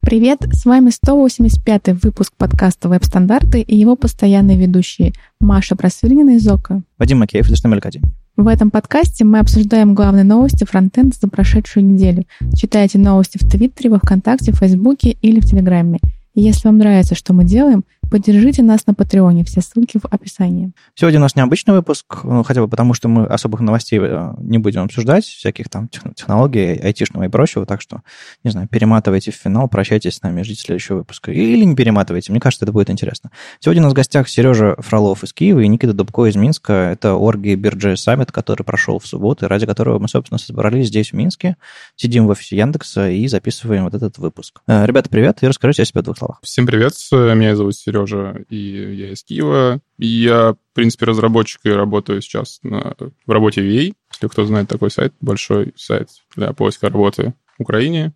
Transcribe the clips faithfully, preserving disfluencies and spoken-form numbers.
Привет, с вами сто восемьдесят пятый выпуск подкаста «Веб-стандарты» и его постоянные ведущие Маша Просвирнина из ОКО. Вадим Макеев из эйч ти эм эль Academy. В этом подкасте мы обсуждаем главные новости фронтенда за прошедшую неделю. Читайте новости в Твиттере, во Вконтакте, в Фейсбуке или в Телеграме. И если вам нравится, что мы делаем, поддержите нас на Патреоне, все ссылки в описании. Сегодня у нас необычный выпуск, ну, хотя бы потому, что мы особых новостей не будем обсуждать, всяких там технологий, айтишного и прочего, так что, не знаю, перематывайте в финал, прощайтесь с нами, ждите следующего выпуска. Или не перематывайте, мне кажется, это будет интересно. Сегодня у нас в гостях Сережа Фролов из Киева и Никита Дубко из Минска. Это Орги Бир.джей эс Summit, который прошел в субботу, и ради которого мы, собственно, собрались здесь, в Минске, сидим в офисе Яндекса и записываем вот этот выпуск. Ребята, привет, и расскажите о себе в двух словах. Всем привет, меня зовут Сережа, и я из Киева. И я, в принципе, разработчик и работаю сейчас на, в работе ви эй, если кто знает такой сайт, большой сайт для поиска работы в Украине.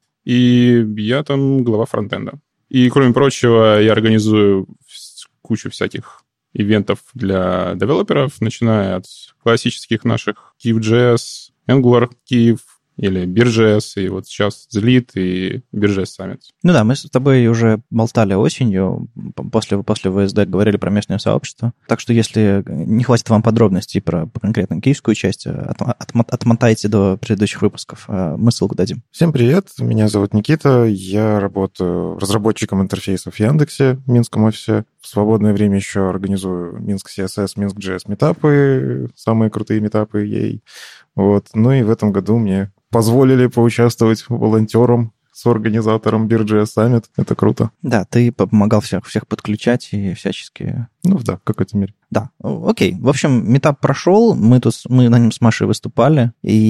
И я там глава фронтенда. И, кроме прочего, я организую кучу всяких ивентов для девелоперов, начиная от классических наших Киев.js, Angular Киев, или Бир.джей эс, и вот сейчас Zlit и Бир.джей эс Summit. Ну да, мы с тобой уже болтали осенью, после, после ви эс ди говорили про местное сообщество. Так что если не хватит вам подробностей про, про конкретно киевскую часть, от, от, отмотайте до предыдущих выпусков, мы ссылку дадим. Всем привет, меня зовут Никита, я работаю разработчиком интерфейсов в Яндексе, в Минском офисе. В свободное время еще организую Минск си эс эс, Минск.js метапы, самые крутые метапы ей. Вот. Ну и в этом году мне позволили поучаствовать волонтером с организатором Бир.джей эс Summit. Это круто. Да, ты помогал всех, всех подключать и всячески... Ну да, в какой-то мере. Да, окей. В общем, метап прошел, мы, тут, мы на нем с Машей выступали,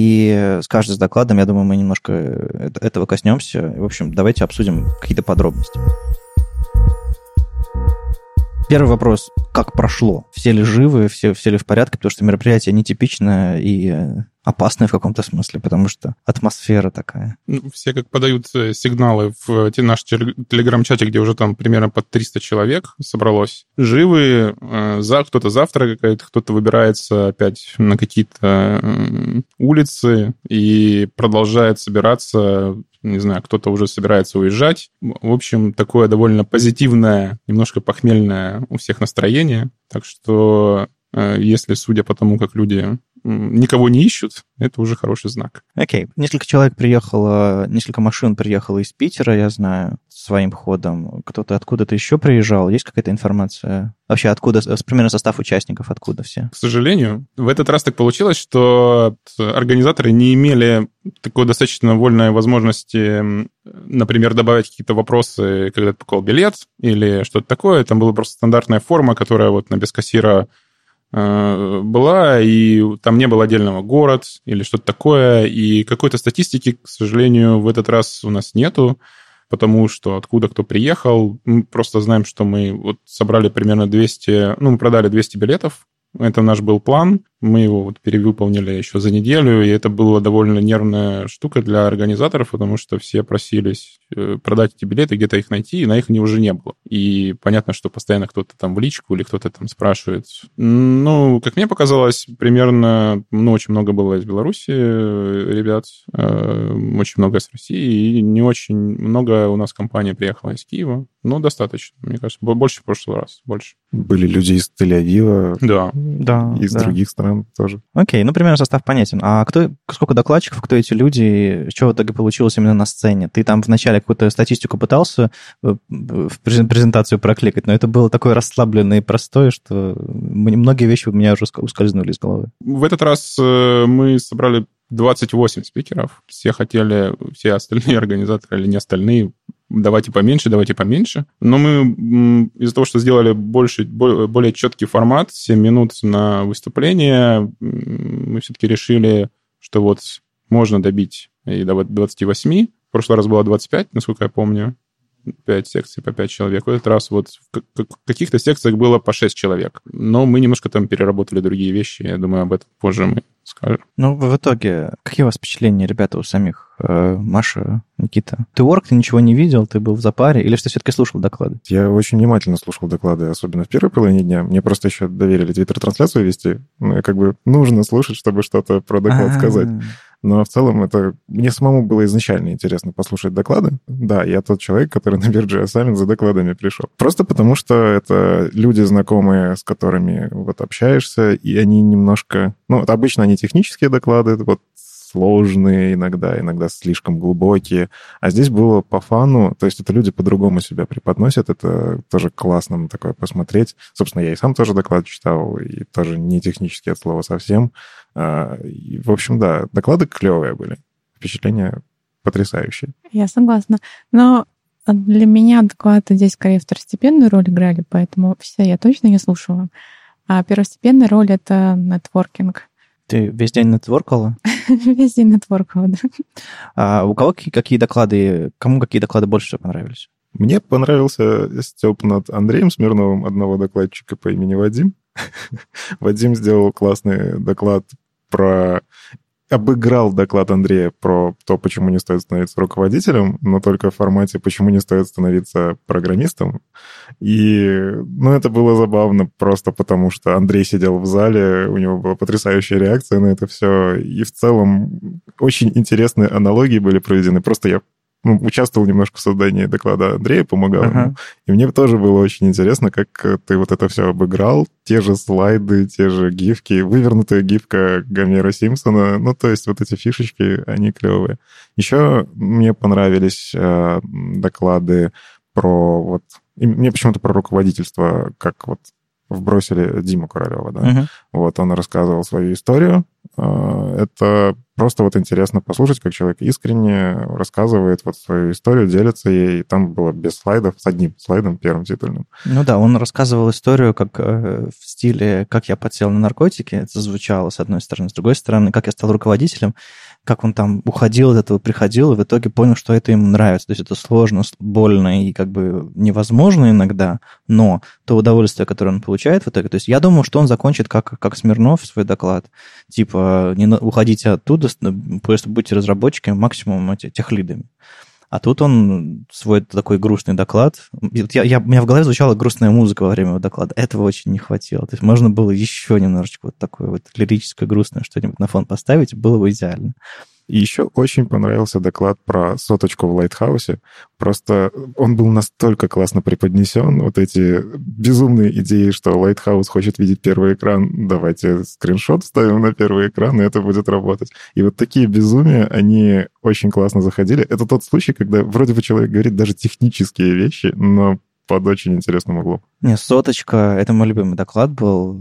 и с каждым с докладом, я думаю, мы немножко этого коснемся. В общем, давайте обсудим какие-то подробности. Первый вопрос. Как прошло? Все ли живы, все, все ли в порядке? Потому что мероприятие нетипичное и опасное в каком-то смысле, потому что атмосфера такая. Ну, все как подают сигналы в те наши телеграм-чате, где уже там примерно под триста человек собралось. Живы, за, кто-то завтракает, кто-то выбирается опять на какие-то улицы и продолжает собираться. Не знаю, кто-то уже собирается уезжать. В общем, такое довольно позитивное, немножко похмельное у всех настроение. Так что, если, судя по тому, как люди никого не ищут, это уже хороший знак. Окей. Okay. Несколько человек приехало, несколько машин приехало из Питера, я знаю, своим ходом. Кто-то откуда-то еще приезжал. Есть какая-то информация? Вообще, откуда, примерно состав участников, откуда все? К сожалению, в этот раз так получилось, что организаторы не имели такой достаточно вольной возможности, например, добавить какие-то вопросы, когда ты покупал билет или что-то такое. Там была просто стандартная форма, которая вот на без кассира была, и там не было отдельного город или что-то такое, и какой-то статистики, к сожалению, в этот раз у нас нету, потому что откуда кто приехал, мы просто знаем, что мы вот собрали примерно двести, ну, мы продали двести билетов, это наш был план, мы его вот перевыполнили еще за неделю, и это была довольно нервная штука для организаторов, потому что все просились продать эти билеты, где-то их найти, и на их уже не было. И понятно, что постоянно кто-то там в личку или кто-то там спрашивает. Ну, как мне показалось, примерно, ну, очень много было из Беларуси ребят, очень много из России, и не очень много у нас компания приехала из Киева, но достаточно, мне кажется, больше в прошлый раз, больше. Были люди из Тель-Авива, да. Да, из да. других стран тоже. Окей, ну, примерно состав понятен. А кто, сколько докладчиков, кто эти люди, что в итоге получилось именно на сцене? Ты там вначале какую-то статистику пытался в презентацию прокликать, но это было такое расслабленное и простое, что многие вещи у меня уже ускользнули из головы. В этот раз мы собрали двадцать восемь спикеров. Все хотели, все остальные организаторы или не остальные, давайте поменьше, давайте поменьше. Но мы из-за того, что сделали больше, более четкий формат, семь минут на выступление, мы все-таки решили, что вот можно добить и до двадцати восьми. В прошлый раз было двадцать пять, насколько я помню. пять секций по пять человек. В этот раз вот в каких-то секциях было по шесть человек. Но мы немножко там переработали другие вещи. Я думаю, об этом позже мы скажем. Ну, в итоге, какие у вас впечатления, ребята, у самих? Маша, Никита? Ты орг, ты ничего не видел, ты был в запаре, или что все-таки слушал доклады? Я очень внимательно слушал доклады, особенно в первой половине дня. Мне просто еще доверили твиттер-трансляцию вести. Ну, и как бы нужно слушать, чтобы что-то про доклад А-а-а. сказать. Но в целом это... Мне самому было изначально интересно послушать доклады. Да, я тот человек, который на Вир.джи эс Summit за докладами пришел. Просто потому, что это люди знакомые, с которыми вот общаешься, и они немножко... Ну, вот обычно они технические доклады, вот сложные иногда, иногда слишком глубокие. А здесь было по фану, то есть это люди по-другому себя преподносят, это тоже классно на такое посмотреть. Собственно, я и сам тоже доклад читал, и тоже не технический от слова совсем. И, в общем, да, доклады клевые были, впечатления потрясающие. Я согласна. Но для меня доклады здесь скорее второстепенную роль играли, поэтому все я точно не слушала. А первостепенная роль — это нетворкинг. Ты весь день нетворкала? Весь день нетворкала, да. А у кого какие, какие доклады, кому какие доклады больше всего понравились? Мне понравился стёб над Андреем Смирновым, одного докладчика по имени Вадим. Вадим сделал классный доклад про... Обыграл доклад Андрея про то, почему не стоит становиться руководителем, но только в формате «почему не стоит становиться программистом». И, ну, это было забавно просто потому, что Андрей сидел в зале, у него была потрясающая реакция на это все, и в целом очень интересные аналогии были проведены. Просто я ну, участвовал немножко в создании доклада Андрея, помогал uh-huh. ему. И мне тоже было очень интересно, как ты вот это все обыграл. Те же слайды, те же гифки, вывернутая гифка Гомера Симпсона. Ну, то есть вот эти фишечки, они клевые. Еще мне понравились э, доклады про вот... И мне почему-то про руководительство, как вот вбросили Диму Королева, да. Uh-huh. Вот он рассказывал свою историю. Это просто вот интересно послушать, как человек искренне рассказывает вот свою историю, делится ей. Там было без слайдов, с одним слайдом, первым титульным. Ну да, он рассказывал историю как э, в стиле «как я подсел на наркотики». Это звучало, с одной стороны. С другой стороны, как я стал руководителем, как он там уходил от этого, приходил, и в итоге понял, что это ему нравится. То есть это сложно, больно и как бы невозможно иногда, но то удовольствие, которое он получает в итоге... То есть я думал, что он закончит как, как Смирнов свой доклад. Типа, не уходите оттуда, просто будьте разработчиками, максимум эти, техлидами. А тут он свой такой грустный доклад. Я, я, у меня в голове звучала грустная музыка во время его доклада. Этого очень не хватило. То есть можно было еще немножечко вот такое вот лирическое, грустное что-нибудь на фон поставить, было бы идеально. И еще очень понравился доклад про соточку в Лайтхаусе. Просто он был настолько классно преподнесен. Вот эти безумные идеи, что Лайтхаус хочет видеть первый экран. Давайте скриншот вставим на первый экран, и это будет работать. И вот такие безумия, они очень классно заходили. Это тот случай, когда вроде бы человек говорит даже технические вещи, но под очень интересным углом. Не, соточка, это мой любимый доклад был.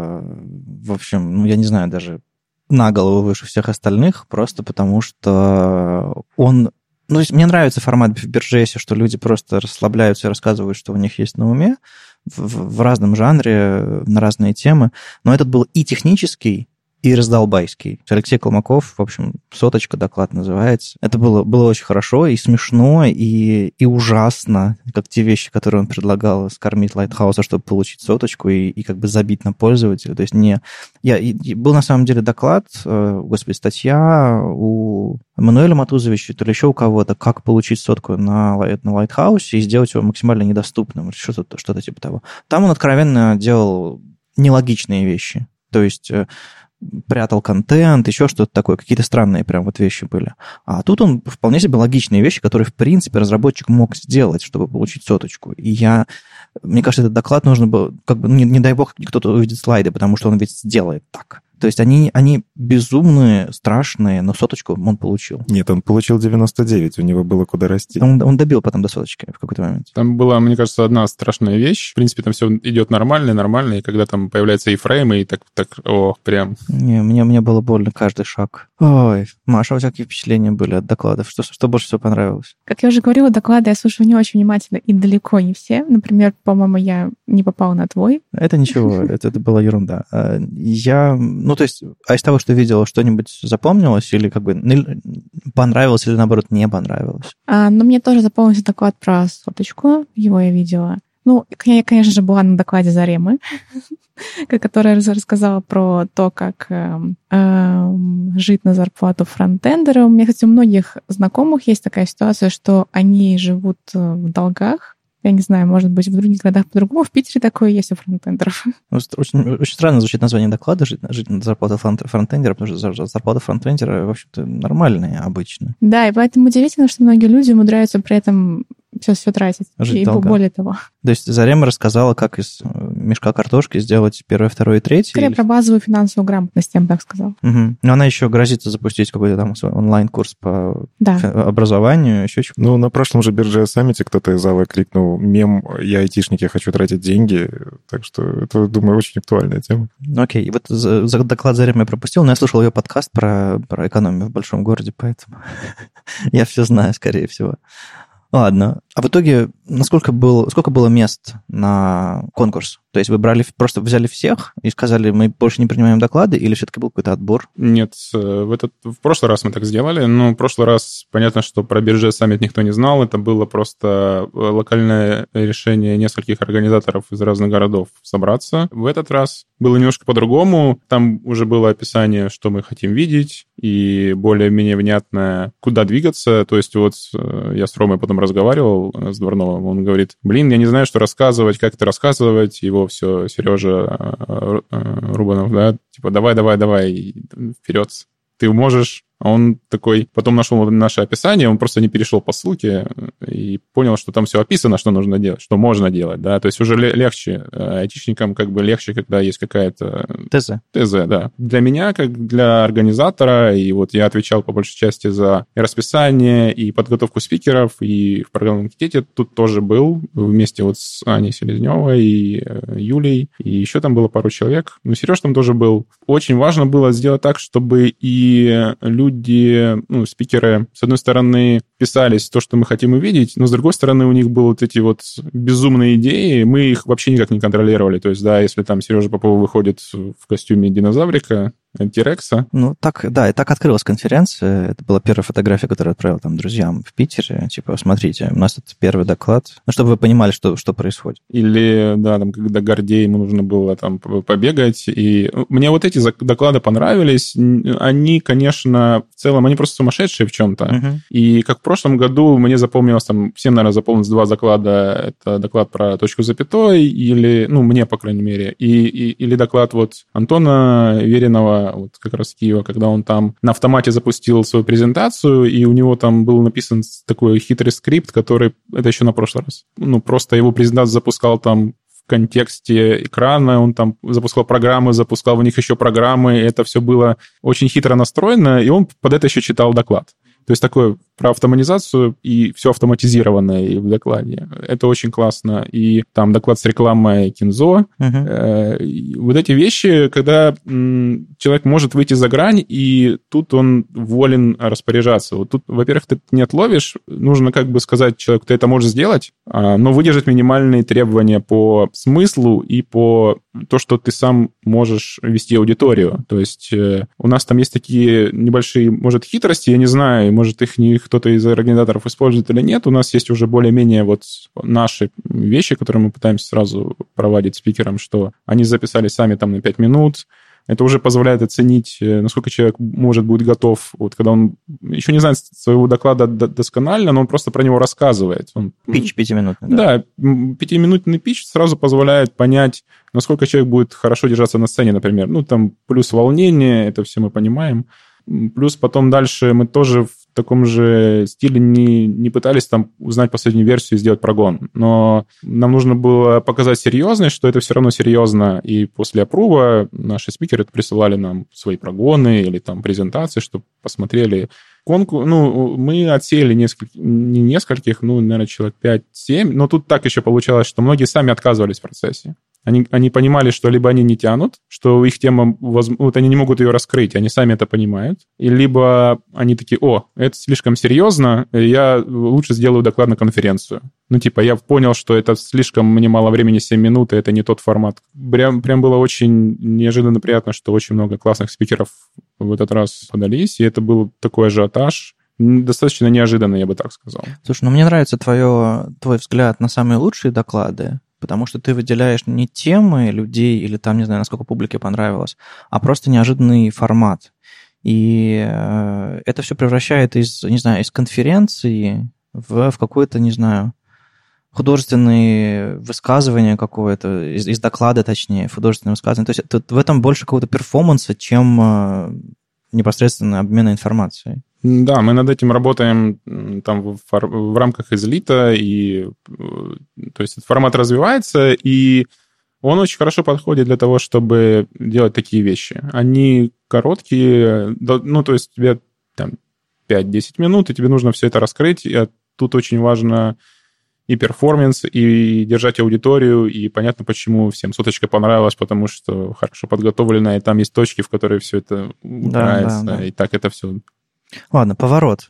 В общем, ну, я не знаю даже... на голову выше всех остальных, просто потому что он... Ну, то есть мне нравится формат в Биржесе, что люди просто расслабляются и рассказывают, что у них есть на уме в, в разном жанре, на разные темы. Но этот был и технический, и раздолбайский. Алексей Колмаков, в общем, «Соточка» доклад называется. Это было, было очень хорошо и смешно, и, и ужасно, как те вещи, которые он предлагал скормить Лайтхауса, чтобы получить соточку и, и как бы забить на пользователя. То есть не... Я, и, был на самом деле доклад, э, господи, статья у Эммануэля Матузовича, то ли еще у кого-то, как получить сотку на, на Лайтхаусе и сделать его максимально недоступным, что-то, что-то типа того. Там он откровенно делал нелогичные вещи. То есть... прятал контент, еще что-то такое, какие-то странные прям вот вещи были. А тут он вполне себе логичные вещи, которые, в принципе, разработчик мог сделать, чтобы получить соточку. И я... Мне кажется, этот доклад нужно было... Как бы, не, не дай бог, кто-то увидит слайды, потому что он ведь сделает так. То есть они, они безумные, страшные, но соточку он получил. Нет, он получил девяносто девять, у него было куда расти. Он, он добил потом до соточки в какой-то момент. Там была, мне кажется, одна страшная вещь. В принципе, там все идет нормально, нормально, и когда там появляются iframe, и так, так, ох, прям... Не, мне, мне было больно каждый шаг. Ой, Маша, у тебя какие впечатления были от докладов? Что, что больше всего понравилось? Как я уже говорила, доклады я слушаю не очень внимательно, и далеко не все. Например, по-моему, я не попала на твой. Это ничего, это, это была ерунда. Я... Ну, то есть, а из того, что видела, что-нибудь запомнилось или как бы понравилось, или, наоборот, не понравилось? А, ну, мне тоже запомнился доклад про соточку, его я видела. Ну, я, конечно же, была на докладе Заремы, которая рассказала про то, как э, э, жить на зарплату фронтендера. У меня, кстати, у многих знакомых есть такая ситуация, что они живут в долгах, Я не знаю, может быть, в других городах по-другому. В Питере такое есть у фронтендеров. Очень, очень странно звучит название доклада «Жить, жить на зарплату фронтендера», потому что зарплата фронтендера, в общем-то, нормальная обычно. Да, и поэтому удивительно, что многие люди умудряются при этом все, все тратить. Жить и долго. Более того. То есть Зарема рассказала, как из мешка картошки сделать первое, второе и третье. Скорее или... про базовую финансовую грамотность, я бы так сказала. Угу. Но она еще грозится запустить какой-то там свой онлайн-курс по да. образованию, еще чего-то. Ну, на прошлом же бирже саммите кто-то из Авы кликнул мем «Я айтишник, я хочу тратить деньги». Так что это, думаю, очень актуальная тема. Окей. И вот за, за доклад Заремы я пропустил, но я слушал ее подкаст про, про экономию в большом городе, поэтому я все знаю, скорее всего. Ладно. А в итоге, насколько был, сколько было мест на конкурс? То есть вы брали, просто взяли всех и сказали, мы больше не принимаем доклады, или все-таки был какой-то отбор? Нет, в, этот, в прошлый раз мы так сделали, но в прошлый раз понятно, что про бирже саммит никто не знал, это было просто локальное решение нескольких организаторов из разных городов собраться. В этот раз было немножко по-другому, там уже было описание, что мы хотим видеть, и более-менее внятное, куда двигаться. То есть вот я с Ромой потом разговаривал, с Дворновым, он говорит, блин, я не знаю, что рассказывать, как это рассказывать, его все, Сережа Рубанов, да, типа, давай, давай, давай, вперед, ты можешь. А он такой, потом нашел наше описание, он просто не перешел по ссылке и понял, что там все описано, что нужно делать, что можно делать, да, то есть уже легче, айтишникам как бы легче, когда есть какая-то... ТЗ. ТЗ, да. Для меня, как для организатора, и вот я отвечал по большей части за и расписание, и подготовку спикеров, и в программном комитете тут тоже был вместе вот с Аней Селезневой и Юлей, и еще там было пару человек, ну, Сереж там тоже был. Очень важно было сделать так, чтобы и люди люди, ну, спикеры, с одной стороны, писались то, что мы хотим увидеть, но с другой стороны, у них были вот эти вот безумные идеи, мы их вообще никак не контролировали. То есть, да, если там Сережа Попов выходит в костюме динозаврика, Тирекса. Ну, так, да, и так открылась конференция. Это была первая фотография, которую я отправил там друзьям в Питере. Типа, смотрите, у нас это первый доклад. Ну, чтобы вы понимали, что, что происходит. Или, да, там, когда Гордей, ему нужно было там побегать. И мне вот эти доклады понравились. Они, конечно, в целом, они просто сумасшедшие в чем-то. Uh-huh. И как в прошлом году мне запомнилось, там, всем, наверное, запомнилось два доклада. Это доклад про точку запятой, или, ну, мне, по крайней мере, и, и, или доклад вот Антона Веринова, вот как раз Киева, когда он там на автомате запустил свою презентацию, и у него там был написан такой хитрый скрипт, который... Это еще на прошлый раз. Ну, просто его презентацию запускал там в контексте экрана, он там запускал программы, запускал в них еще программы, и это все было очень хитро настроено, и он под это еще читал доклад. То есть такое про автоматизацию и все автоматизированное в докладе. Это очень классно. И там доклад с рекламой Кинзо. Uh-huh. Вот эти вещи, когда человек может выйти за грань, и тут он волен распоряжаться. Вот тут, во-первых, ты не отловишь. Нужно как бы сказать человеку, ты это можешь сделать, но выдержать минимальные требования по смыслу и по то, что ты сам можешь вести аудиторию. То есть у нас там есть такие небольшие, может, хитрости, я не знаю, может, их не кто-то из организаторов использует или нет. У нас есть уже более-менее вот наши вещи, которые мы пытаемся сразу проводить спикерам, что они записали сами там на пять минут. Это уже позволяет оценить, насколько человек может быть готов, вот когда он еще не знает своего доклада досконально, но он просто про него рассказывает. Он, пич пятиминутный. Да, да, пятиминутный пич сразу позволяет понять, насколько человек будет хорошо держаться на сцене, например. Ну, там плюс волнение, это все мы понимаем. Плюс потом дальше мы тоже в таком же стиле не, не пытались там узнать последнюю версию и сделать прогон. Но нам нужно было показать серьезность, что это все равно серьезно. И после апрува наши спикеры присылали нам свои прогоны или там презентации, чтобы посмотрели. Конкурс, ну, мы отсеяли несколько, не нескольких, ну, наверное, человек пять-семь. Но тут так еще получалось, что многие сами отказывались в процессе. Они, они понимали, что либо они не тянут, что их тема, вот они не могут ее раскрыть, они сами это понимают, и либо они такие, о, это слишком серьезно, я лучше сделаю доклад на конференцию. Ну, типа, я понял, что это слишком, мне мало времени, семь минут, и это не тот формат. Прям, прям было очень неожиданно приятно, что очень много классных спикеров в этот раз подались, и это был такой ажиотаж, достаточно неожиданно, я бы так сказал. Слушай, ну мне нравится твое, твой взгляд на самые лучшие доклады, потому что ты выделяешь не темы людей или там, не знаю, насколько публике понравилось, а просто неожиданный формат. И это все превращает из, не знаю, из конференции в, в какой-то, не знаю, художественные высказывания какое-то, из, из доклада, точнее, художественные высказывания. То есть это, в этом больше какого-то перформанса, чем непосредственно обмена информацией. Да, мы над этим работаем там в, в рамках излита, и то есть этот формат развивается, и он очень хорошо подходит для того, чтобы делать такие вещи. Они короткие, ну, то есть тебе там пять-десять минут, и тебе нужно все это раскрыть, и тут очень важно и перформанс, и держать аудиторию, и понятно, почему всем соточка понравилась, потому что хорошо подготовлена, и там есть точки, в которые все это упирается, да, да, да. И так это все. Ладно, поворот.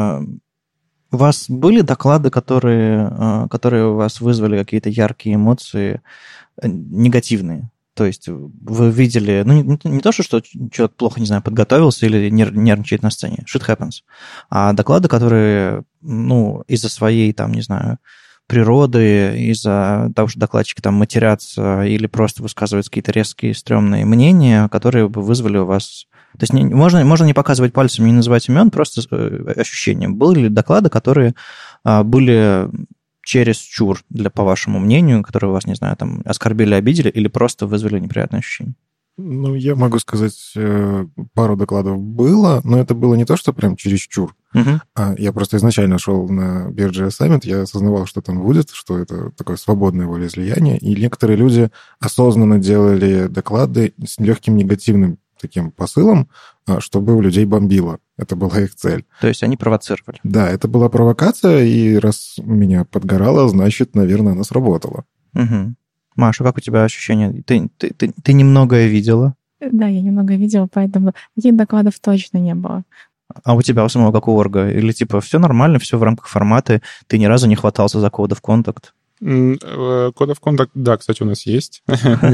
У вас были доклады, которые, которые у вас вызвали какие-то яркие эмоции, негативные? То есть вы видели, ну, не, не то, что, что человек плохо, не знаю, подготовился или нервничает на сцене, shit happens, а доклады, которые, ну, из-за своей, там, не знаю, природы, из-за того, что докладчики там матерятся или просто высказывают какие-то резкие, стрёмные мнения, которые бы вызвали у вас... То есть не, можно, можно не показывать пальцем, не называть имен, просто ощущения. Были ли доклады, которые а, были... чересчур, для, по вашему мнению, которые вас, не знаю, там, оскорбили, обидели или просто вызвали неприятные ощущения? Ну, я могу сказать, пару докладов было, но это было не то, что прям чересчур. Uh-huh. А я просто изначально шел на Beer.js Summit, я осознавал, что там будет, что это такое свободное волеизлияние, и некоторые люди осознанно делали доклады с легким негативным таким посылом, чтобы у людей бомбило. Это была их цель. То есть они провоцировали. Да, это была провокация, и раз меня подгорало, значит, наверное, она сработала. Угу. Маша, как у тебя ощущения? Ты, ты, ты, ты немногое видела? Да, я немного видела, поэтому таких докладов точно не было. А у тебя у самого как у орга? Или типа все нормально, все в рамках формата, ты ни разу не хватался за Code of Contact? Code of Contact, да, кстати, у нас есть.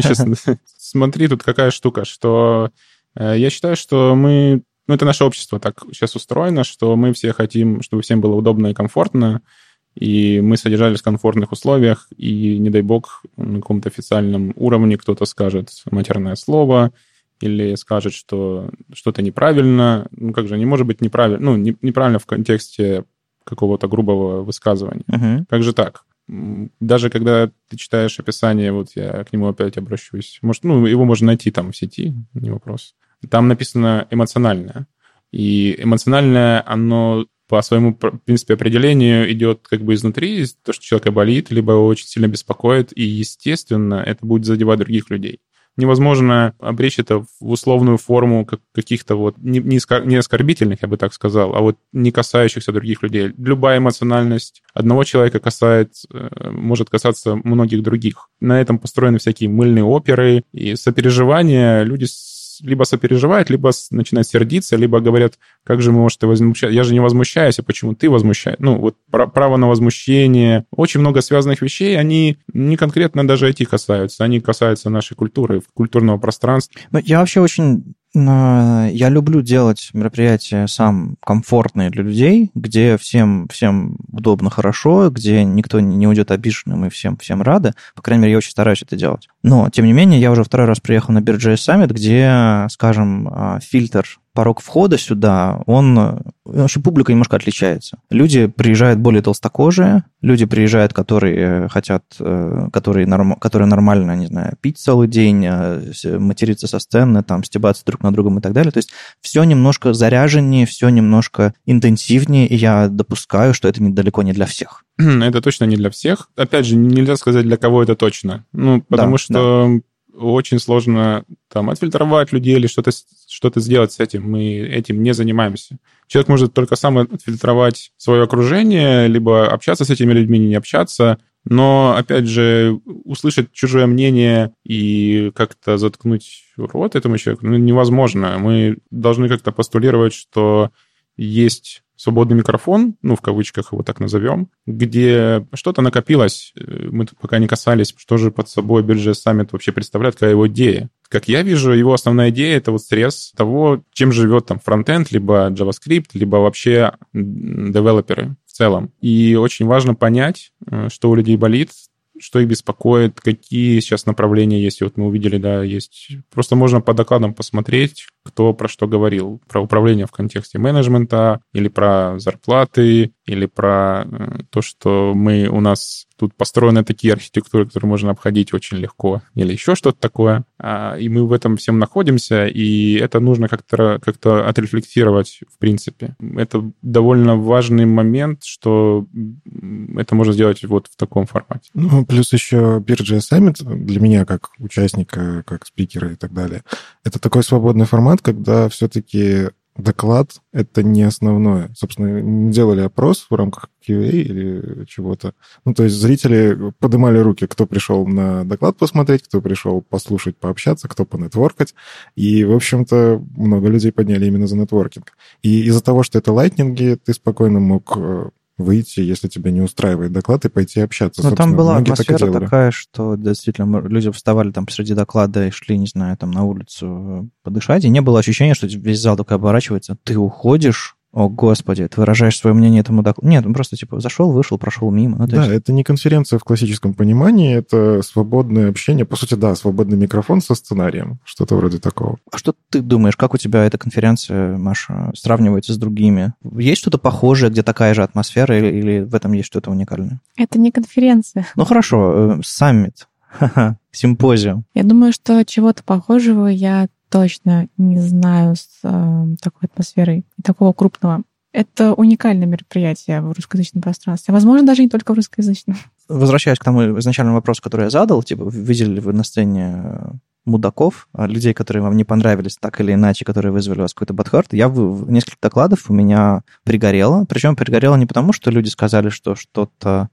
Смотри, тут какая штука, что я считаю, что мы... Ну, это наше общество так сейчас устроено, что мы все хотим, чтобы всем было удобно и комфортно, и мы содержались в комфортных условиях, и, не дай бог, на каком-то официальном уровне кто-то скажет матерное слово или скажет, что что-то неправильно. Ну, как же, не может быть неправильно, ну, не, неправильно в контексте какого-то грубого высказывания. Uh-huh. Как же так? Даже когда ты читаешь описание, вот я к нему опять обращусь, может, ну, его можно найти там в сети, не вопрос. Там написано эмоциональное. И эмоциональное, оно по своему, в принципе, определению идет как бы изнутри, то, что человека болит, либо его очень сильно беспокоит, и, естественно, это будет задевать других людей. Невозможно обречь это в условную форму каких-то вот не, не оскорбительных, я бы так сказал, а вот не касающихся других людей. Любая эмоциональность одного человека касает, может касаться многих других. На этом построены всякие мыльные оперы и сопереживания. Люди либо сопереживают, либо начинают сердиться, либо говорят, как же мы, может, ты возмущаешься? Я же не возмущаюсь, а почему ты возмущаешься? Ну, вот право на возмущение. Очень много связанных вещей, они не конкретно даже эти касаются, они касаются нашей культуры, культурного пространства. Ну, я вообще очень... Я люблю делать мероприятия сам комфортные для людей, где всем, всем удобно, хорошо, где никто не уйдет обиженным и всем, всем рады. По крайней мере, я очень стараюсь это делать. Но, тем не менее, я уже второй раз приехал на Beer.js Summit, где, скажем, фильтр, порог входа сюда, он... Вообще публика немножко отличается. Люди приезжают более толстокожие, люди приезжают, которые хотят, которые, норм, которые нормально, не знаю, пить целый день, материться со сцены, там, стебаться друг над другом и так далее. То есть все немножко заряженнее, все немножко интенсивнее, и я допускаю, что это недалеко не для всех. Это точно не для всех. Опять же, нельзя сказать, для кого это точно. Ну, потому да, что... Да. Очень сложно там отфильтровать людей или что-то, что-то сделать с этим. Мы этим не занимаемся. Человек может только сам отфильтровать свое окружение, либо общаться с этими людьми, не общаться. Но, опять же, услышать чужое мнение и как-то заткнуть рот этому человеку ну, невозможно. Мы должны как-то постулировать, что есть свободный микрофон, ну, в кавычках его так назовем, где что-то накопилось, мы тут пока не касались, что же под собой Beer.js Summit вообще представляет, какая его идея. Как я вижу, его основная идея — это вот срез того, чем живет там фронтенд, либо JavaScript, либо вообще девелоперы в целом. И очень важно понять, что у людей болит, что их беспокоит, какие сейчас направления есть. И вот мы увидели, да, есть... Просто можно по докладам посмотреть, кто про что говорил. Про управление в контексте менеджмента, или про зарплаты, или про то, что мы, у нас тут построены такие архитектуры, которые можно обходить очень легко, или еще что-то такое. И мы в этом всем находимся, и это нужно как-то, как-то отрефлексировать в принципе. Это довольно важный момент, что это можно сделать вот в таком формате. Ну, плюс еще Beer.js Summit для меня, как участника, как спикера и так далее, это такой свободный формат, когда все-таки доклад — это не основное. Собственно, не делали опрос в рамках кью эй или чего-то. Ну, то есть зрители поднимали руки, кто пришел на доклад посмотреть, кто пришел послушать, пообщаться, кто понетворкать. И, в общем-то, много людей подняли именно за нетворкинг. И из-за того, что это лайтнинги, ты спокойно мог выйти, если тебя не устраивает доклад, и пойти общаться. Но там была атмосфера так такая, что действительно люди вставали там посреди доклада и шли, не знаю, там на улицу подышать, и не было ощущения, что весь зал только оборачивается. Ты уходишь, о, господи, ты выражаешь свое мнение этому докладу. Нет, он просто типа зашел, вышел, прошел мимо. Ну, да, есть... это не конференция в классическом понимании, это свободное общение. По сути, да, свободный микрофон со сценарием, что-то вроде такого. А что ты думаешь, как у тебя эта конференция, Маша, сравнивается с другими? Есть что-то похожее, где такая же атмосфера, или, или в этом есть что-то уникальное? Это не конференция. Ну, хорошо, саммит, симпозиум. Я думаю, что чего-то похожего я точно не знаю с э, такой атмосферой и такого крупного. Это уникальное мероприятие в русскоязычном пространстве. Возможно, даже не только в русскоязычном. Возвращаясь к тому изначальному вопросу, который я задал, типа, видели ли вы на сцене мудаков, людей, которые вам не понравились так или иначе, которые вызвали у вас какой-то бадхарт? Я в, в несколько докладов у меня пригорело. Причем пригорело не потому, что люди сказали, что что-то...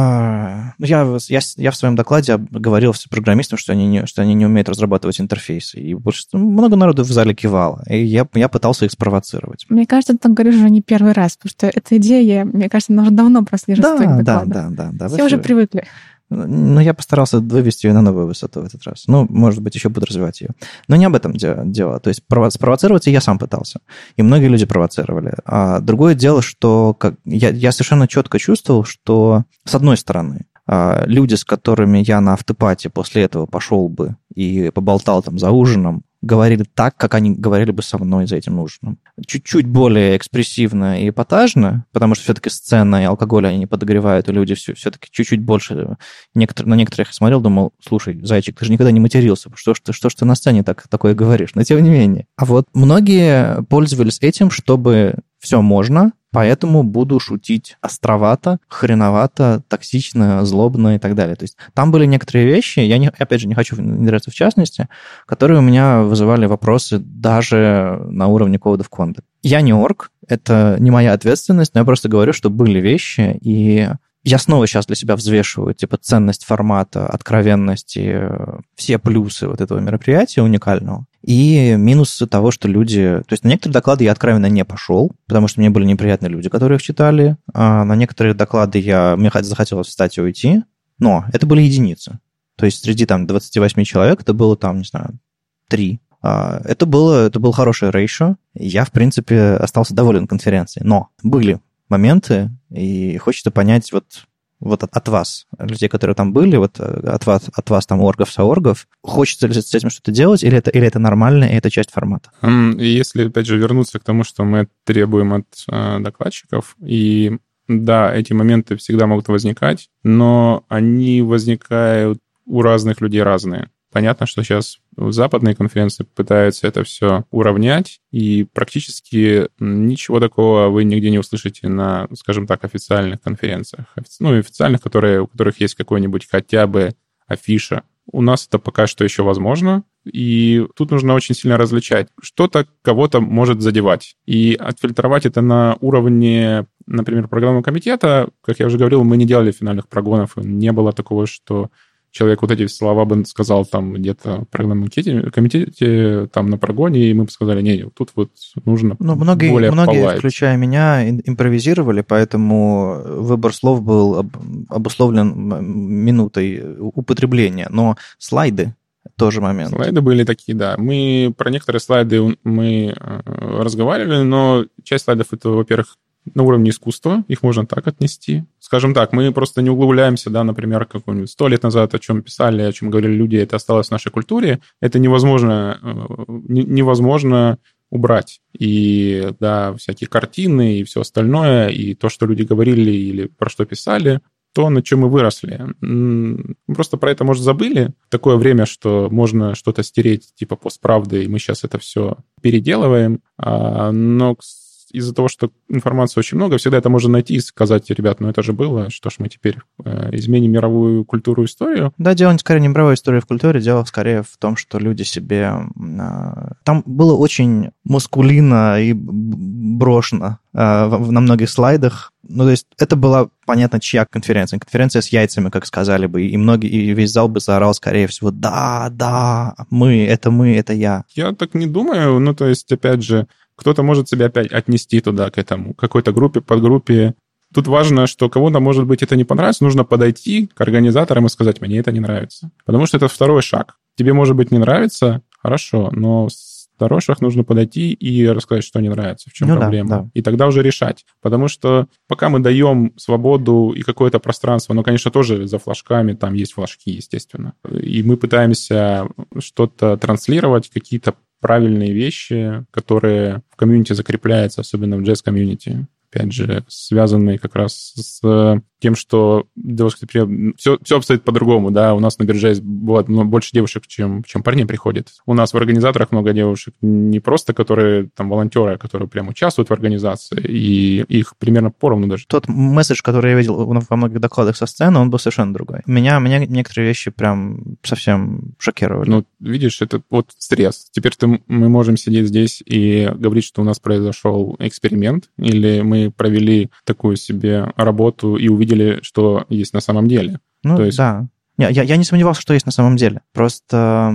А, я, я, я в своем докладе говорил всем программистам, что они не, что они не умеют разрабатывать интерфейсы. И большинство, много народу в зале кивало. И я, я пытался их спровоцировать. Мне кажется, ты там говоришь уже не первый раз, потому что эта идея, мне кажется, она уже давно прослеживается в твоих докладах. Да, да, да, да. Все уже привыкли. Но я постарался вывести ее на новую высоту в этот раз. Ну, может быть, еще буду развивать ее. Но не об этом дело. То есть спровоцировать я сам пытался. И многие люди провоцировали. А другое дело, что как, я, я совершенно четко чувствовал, что, с одной стороны, люди, с которыми я на автопате после этого пошел бы и поболтал там за ужином, говорили так, как они говорили бы со мной за этим ужином. Чуть-чуть более экспрессивно и эпатажно, потому что все-таки сцена и алкоголь они не подогревают, и люди все, все-таки чуть-чуть больше... Некоторые, на некоторых я смотрел, думал, слушай, зайчик, ты же никогда не матерился, что ж ты, что ж ты на сцене так, такое говоришь? Но тем не менее. А вот многие пользовались этим, чтобы все можно, поэтому буду шутить островато, хреновато, токсично, злобно и так далее. То есть там были некоторые вещи, я, не, опять же, не хочу внедряться в частности, которые у меня вызывали вопросы даже на уровне Code of Conduct. Я не орг, это не моя ответственность, но я просто говорю, что были вещи, и я снова сейчас для себя взвешиваю, типа, ценность формата, откровенности, все плюсы вот этого мероприятия уникального. И минусы того, что люди... То есть на некоторые доклады я откровенно не пошел, потому что мне были неприятные люди, которые их читали. А на некоторые доклады я... мне захотелось встать и уйти. Но это были единицы. То есть среди там двадцати восьми человек это было там, не знаю, три. Это было, это был хороший рейшо. Я, в принципе, остался доволен конференцией. Но были моменты, и хочется понять вот... вот от, от вас, людей, которые там были, вот от вас, от вас там оргов-сооргов, хочется ли с этим что-то делать, или это, или это нормально, и это часть формата? Если, опять же, вернуться к тому, что мы требуем от э, докладчиков, и да, эти моменты всегда могут возникать, но они возникают у разных людей разные. Понятно, что сейчас западные конференции пытаются это все уравнять, и практически ничего такого вы нигде не услышите на, скажем так, официальных конференциях. Ну, официальных, которые, у которых есть какой-нибудь хотя бы афиша. У нас это пока что еще возможно, и тут нужно очень сильно различать. Что-то кого-то может задевать. И отфильтровать это на уровне, например, программного комитета. Как я уже говорил, мы не делали финальных прогонов, не было такого, что человек вот эти слова бы сказал там где-то в программном комитете, комитете там на прогоне, и мы бы сказали, не, тут вот нужно ну, многие, более многие, полайт. Включая меня, импровизировали, поэтому выбор слов был обусловлен минутой употребления. Но слайды тоже момент. Слайды были такие, да. Мы про некоторые слайды мы разговаривали, но часть слайдов это, во-первых, на уровне искусства, их можно так отнести. Скажем так, мы просто не углубляемся, да, например, какой-нибудь сто лет назад, о чем писали, о чем говорили люди, это осталось в нашей культуре. Это невозможно, невозможно убрать. И, да, всякие картины и все остальное, и то, что люди говорили или про что писали, то, на чем мы выросли. Мы просто про это, может, забыли. Такое время, что можно что-то стереть, типа постправды, и мы сейчас это все переделываем. Но из-за того, что информации очень много, всегда это можно найти и сказать: ребят, ну это же было, что ж мы теперь изменим мировую культуру, историю. Да, дело не скорее не мировой истории в культуре, дело скорее в том, что люди себе... Там было очень мускулинно и брошено на многих слайдах. Ну, то есть это была, понятно, чья конференция. Конференция с яйцами, как сказали бы, и многие, и весь зал бы заорал, скорее всего: да, да, мы, это мы, это я. Я так не думаю. Ну, то есть, опять же, кто-то может себя опять отнести туда, к этому, к какой-то группе, подгруппе. Тут важно, что кому-то, может быть, это не понравится. Нужно подойти к организаторам и сказать: мне это не нравится. Потому что это второй шаг. Тебе, может быть, не нравится, хорошо, но второй шаг нужно подойти и рассказать, что не нравится, в чем ну проблема. Да, да. И тогда уже решать. Потому что пока мы даем свободу и какое-то пространство, но, конечно, тоже за флажками, там есть флажки, естественно. И мы пытаемся что-то транслировать, какие-то правильные вещи, которые в комьюнити закрепляются, особенно в джаз-комьюнити. Опять же, связанные как раз с тем, что все, все обстоит по-другому, да, у нас на бирже бывает больше девушек, чем, чем парней приходит. У нас в организаторах много девушек, не просто которые там волонтеры, а которые прям участвуют в организации, и их примерно поровну даже. Тот месседж, который я видел во многих докладах со сцены, он был совершенно другой. Меня, меня некоторые вещи прям совсем шокировали. Ну, видишь, это вот стресс. Теперь ты, мы можем сидеть здесь и говорить, что у нас произошел эксперимент, или мы провели такую себе работу и увидели, что есть на самом деле. Ну, то есть... да. Я, я не сомневался, что есть на самом деле. Просто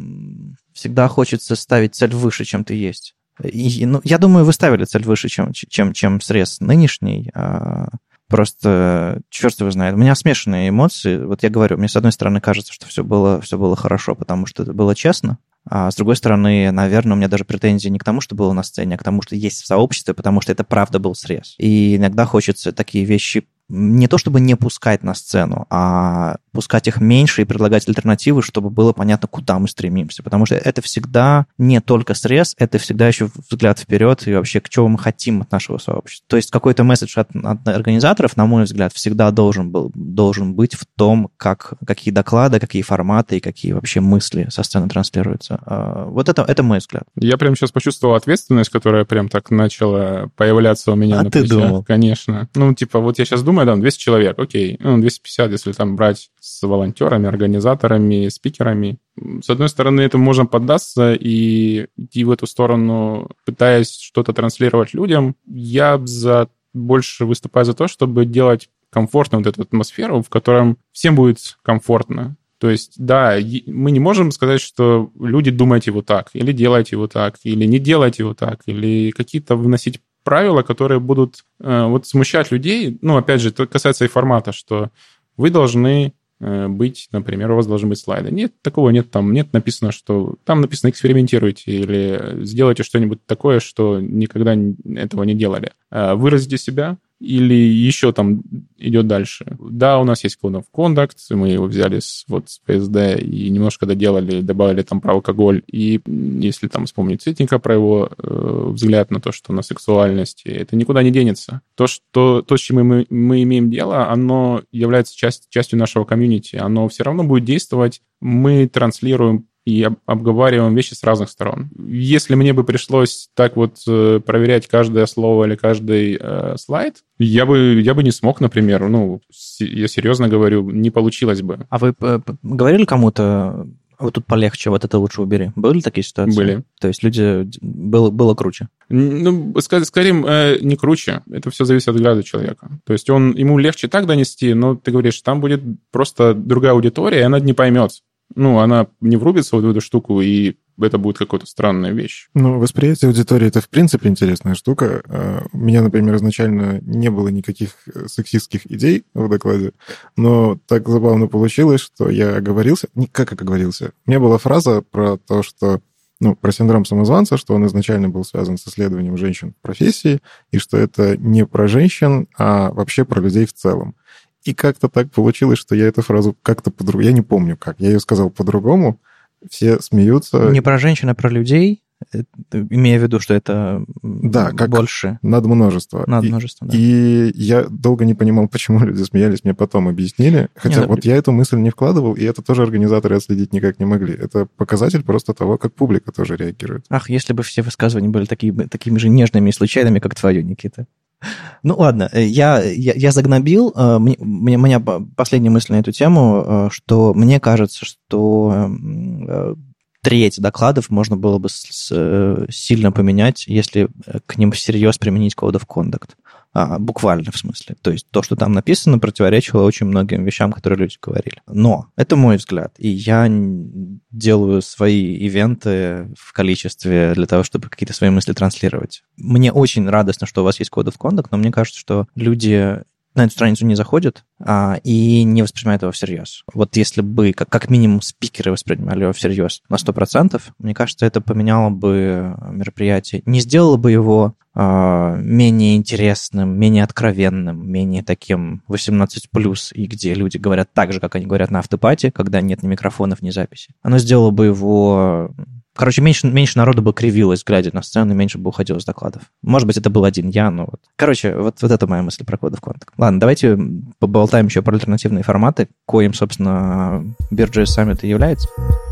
м, всегда хочется ставить цель выше, чем ты есть. И, ну, я думаю, вы ставили цель выше, чем, чем, чем срез нынешний. А, просто, черт его знает. У меня смешанные эмоции. Вот я говорю, мне с одной стороны кажется, что все было, все было хорошо, потому что это было честно. А с другой стороны, наверное, у меня даже претензии не к тому, что было на сцене, а к тому, что есть в сообществе, потому что это правда был срез. И иногда хочется такие вещи не то чтобы не пускать на сцену, а пускать их меньше и предлагать альтернативы, чтобы было понятно, куда мы стремимся. Потому что это всегда не только срез, это всегда еще взгляд вперед и вообще к чему мы хотим от нашего сообщества. То есть какой-то месседж от, от организаторов, на мой взгляд, всегда должен, был, должен быть в том, как, какие доклады, какие форматы и какие вообще мысли со сцены транслируются. Вот это, это мой взгляд. Я прям сейчас почувствовал ответственность, которая прям так начала появляться у меня а на ты плечах. Думал. Конечно. Ну, типа, вот я сейчас думаю, там, двести человек, окей, ну, двести пятьдесят, если там брать с волонтерами, организаторами, спикерами. С одной стороны, этому можно поддаться и идти в эту сторону, пытаясь что-то транслировать людям. Я за, больше выступаю за то, чтобы делать комфортно вот эту атмосферу, в котором всем будет комфортно. То есть, да, мы не можем сказать, что люди думайте вот так, или делайте вот так, или не делайте вот так, или какие-то вносить правила, которые будут э, вот смущать людей. Ну, опять же, это касается и формата, что вы должны э, быть, например, у вас должны быть слайды. Нет, такого нет, там нет написано, что... Там написано экспериментируйте или сделайте что-нибудь такое, что никогда этого не делали. Э, выразите себя, или еще там идет дальше. Да, у нас есть Code of Conduct, мы его взяли с, вот, с пи эс ди и немножко доделали, добавили там про алкоголь. И если там вспомнить Цветника, про его э, взгляд на то, что на сексуальности, это никуда не денется. То, что, то с чем мы, мы имеем дело, оно является часть, частью нашего комьюнити. Оно все равно будет действовать. Мы транслируем и обговариваем вещи с разных сторон. Если мне бы пришлось так вот проверять каждое слово или каждый э, слайд, я бы, я бы не смог, например. Ну, я серьезно говорю, не получилось бы. А вы говорили кому-то, вот тут полегче, вот это лучше убери? Были такие ситуации? Были. То есть люди... Было, было круче? Ну, скорее, не круче. Это все зависит от взгляда человека. То есть он, ему легче так донести, но ты говоришь, там будет просто другая аудитория, и она не поймет. Ну, она не врубится вот в эту штуку, и это будет какая-то странная вещь. Ну, восприятие аудитории — это, в принципе, интересная штука. У меня, например, изначально не было никаких сексистских идей в докладе, но так забавно получилось, что я оговорился... Как оговорился? У меня была фраза про то, что ну, про синдром самозванца, что он изначально был связан с исследованием женщин в профессии, и что это не про женщин, а вообще про людей в целом. И как-то так получилось, что я эту фразу как-то по-другому... Я не помню как. Я ее сказал по-другому. Все смеются. Не про женщин, а про людей, имея в виду, что это да, как больше. Над множество. Над и, множество, да. И я долго не понимал, почему люди смеялись, мне потом объяснили. Хотя Нет, вот я эту мысль не вкладывал, и это тоже организаторы отследить никак не могли. Это показатель просто того, как публика тоже реагирует. Ах, если бы все высказывания были такими, такими же нежными и случайными, как твое, Никита. Ну, ладно, я, я, я загнобил. Мне, у меня последняя мысль на эту тему, что мне кажется, что треть докладов можно было бы с, сильно поменять, если к ним всерьез применить Code of Conduct. А, буквально, в смысле. То есть то, что там написано, противоречило очень многим вещам, которые люди говорили. Но это мой взгляд. И я делаю свои ивенты в количестве для того, чтобы какие-то свои мысли транслировать. Мне очень радостно, что у вас есть Code of Conduct, но мне кажется, что люди на эту страницу не заходят а, и не воспринимают его всерьез. Вот если бы как, как минимум спикеры воспринимали его всерьез на сто процентов, мне кажется, это поменяло бы мероприятие. Не сделало бы его а, менее интересным, менее откровенным, менее таким восемнадцать плюс, и где люди говорят так же, как они говорят на автопате, когда нет ни микрофонов, ни записи. Оно сделало бы его... Короче, меньше, меньше народу бы кривилось, глядя на сцену, и меньше бы уходило с докладов. Может быть, это был один я, но вот. Короче, вот, вот это моя мысль про Code of Conduct. Ладно, давайте поболтаем еще про альтернативные форматы, коим, собственно, Beer.js Summit и является.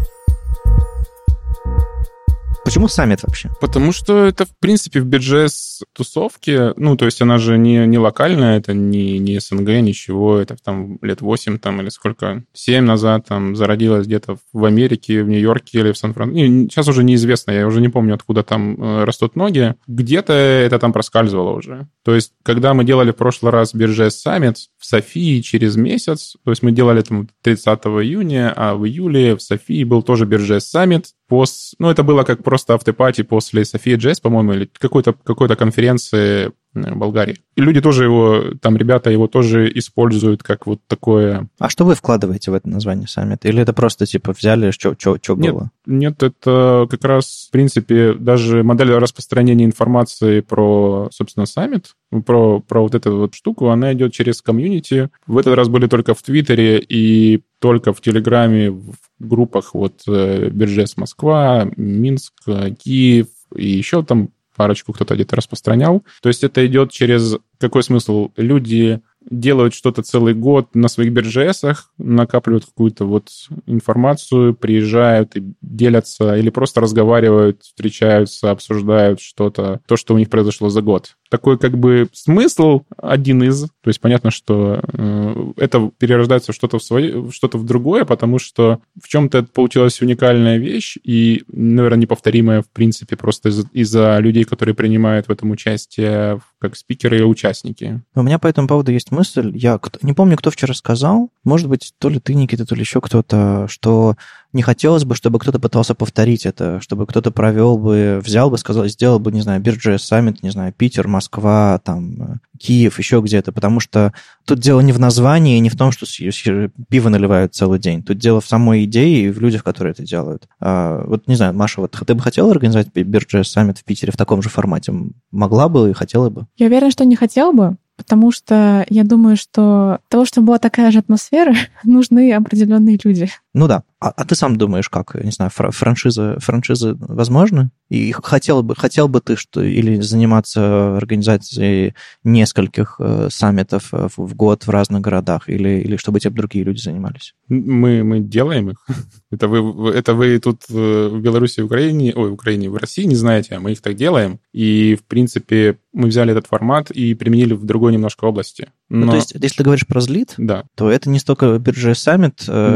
Почему саммит вообще? Потому что это, в принципе, в Beer.js тусовке, ну, то есть она же не, не локальная, это не, не СНГ, ничего, это там лет восемь там, или сколько, семь назад там зародилась где-то в Америке, в Нью-Йорке или в Сан-Франциско. Сейчас уже неизвестно, я уже не помню, откуда там э, растут ноги. Где-то это там проскальзывало уже. То есть, когда мы делали в прошлый раз Beer.js Summit в Софии через месяц, то есть мы делали там тридцатого июня, а в июле в Софии был тоже Beer.js Summit. Пос... Ну, это было как просто автопати после Софии джей эс, по-моему, или какой-то, какой-то конференции в Болгарии. И люди тоже его, там ребята его тоже используют как вот такое... А что вы вкладываете в это название саммита? Или это просто типа взяли, что, что, что было? Нет, это как раз, в принципе, даже модель распространения информации про, собственно, саммит, про, про вот эту вот штуку, она идет через комьюнити. В этот раз были только в Твиттере и только в Телеграме, в группах вот Beer.js Москва, Минск, Киев и еще там парочку кто-то где-то распространял. То есть это идет через... Какой смысл? Люди делают что-то целый год на своих Beer.js-ах, накапливают какую-то вот информацию, приезжают и делятся, или просто разговаривают, встречаются, обсуждают что-то, то, что у них произошло за год. Такой как бы смысл один из. То есть понятно, что э, это перерождается в что-то в свое, что-то в другое, потому что в чем-то это получилась уникальная вещь и, наверное, неповторимая в принципе просто из- из-за людей, которые принимают в этом участие как спикеры и участники. У меня по этому поводу есть мысль. Я не помню, кто вчера сказал, может быть, то ли ты, Никита, то ли еще кто-то, что не хотелось бы, чтобы кто-то пытался повторить это, чтобы кто-то провел бы, взял бы, сказал, сделал бы, не знаю, Beer.js Summit, не знаю, Питер, Москва, там, Киев, еще где-то, потому что тут дело не в названии, не в том, что пиво наливают целый день. Тут дело в самой идее и в людях, которые это делают. А, вот, не знаю, Маша, вот ты бы хотела организовать Beer.js Summit в Питере в таком же формате? Могла бы и хотела бы? Я уверена, что не хотела бы, потому что я думаю, что для того, чтобы была такая же атмосфера, нужны определенные люди. Ну да. А, а ты сам думаешь, как, не знаю, франшиза, франшизы возможны? И хотел бы, хотел бы ты что, или заниматься организацией нескольких э, саммитов в год в разных городах, или, или чтобы этим другие люди занимались? Мы, мы делаем их. Это вы, это вы тут в Беларуси, в Украине, ой, в Украине, в России не знаете, а мы их так делаем. И, в принципе, мы взяли этот формат и применили в другой немножко области. Но... Ну, то есть, если ты говоришь про злит, да. то это не столько Beer.js Summit,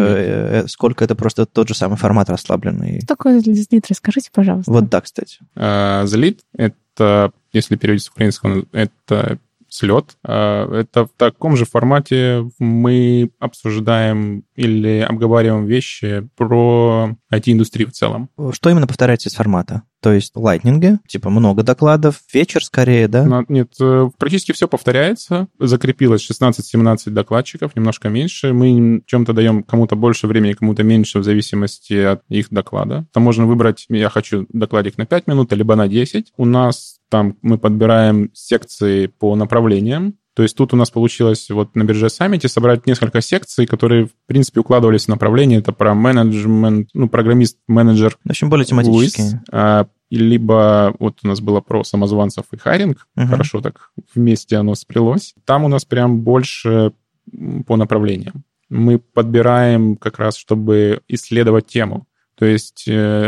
э, э, сколько это просто тот же самый формат расслабленный. Что такое злит? Расскажите, пожалуйста. Вот да, кстати. The Lead — это, если переводить с украинского, это слет. Это в таком же формате мы обсуждаем или обговариваем вещи про ай ти-индустрию в целом. Что именно повторяется из формата? То есть лайтнинги, типа много докладов, вечер скорее, да? Но, нет, практически все повторяется. Закрепилось шестнадцать-семнадцать докладчиков, немножко меньше. Мы чем-то даем кому-то больше времени, кому-то меньше, в зависимости от их доклада. Там можно выбрать, я хочу докладик на пять минут, либо на десять. У нас там мы подбираем секции по направлениям. То есть тут у нас получилось вот на бирже саммите собрать несколько секций, которые, в принципе, укладывались в направление. Это про менеджмент, ну, программист-менеджер. В общем, более тематические. А, либо вот у нас было про самозванцев и хайринг. Uh-huh. Хорошо так вместе оно сплелось. Там у нас прям больше по направлениям. Мы подбираем как раз, чтобы исследовать тему. То есть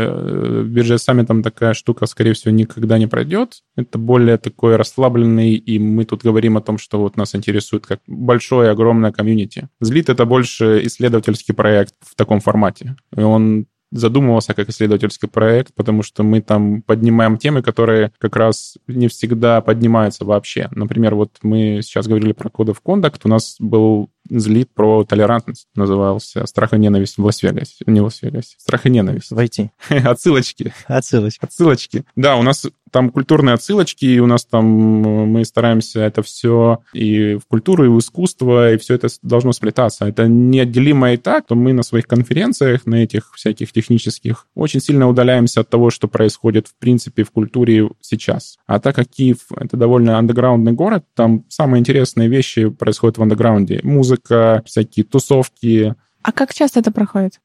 э, биржа Summit там такая штука, скорее всего, никогда не пройдет. Это более такой расслабленный, и мы тут говорим о том, что вот нас интересует как большое, огромное комьюнити. Злит — это больше исследовательский проект в таком формате. И он задумывался как исследовательский проект, потому что мы там поднимаем темы, которые как раз не всегда поднимаются вообще. Например, вот мы сейчас говорили про Code of Conduct, у нас был злит про толерантность, назывался «Страх и ненависть в Лас-Вегасе». Не в Лас-Вегасе, «Страх и ненависть». В ай ти. Отсылочки. Отсылочки. Отсылочки. Да, у нас там культурные отсылочки, и у нас там мы стараемся это все и в культуру, и в искусство, и все это должно сплетаться. Это неотделимо и так, то мы на своих конференциях, на этих всяких технических, очень сильно удаляемся от того, что происходит в принципе в культуре сейчас. А так как Киев — это довольно андеграундный город, там самые интересные вещи происходят в андеграунде. Музыка, всякие тусовки. А как часто это проходит?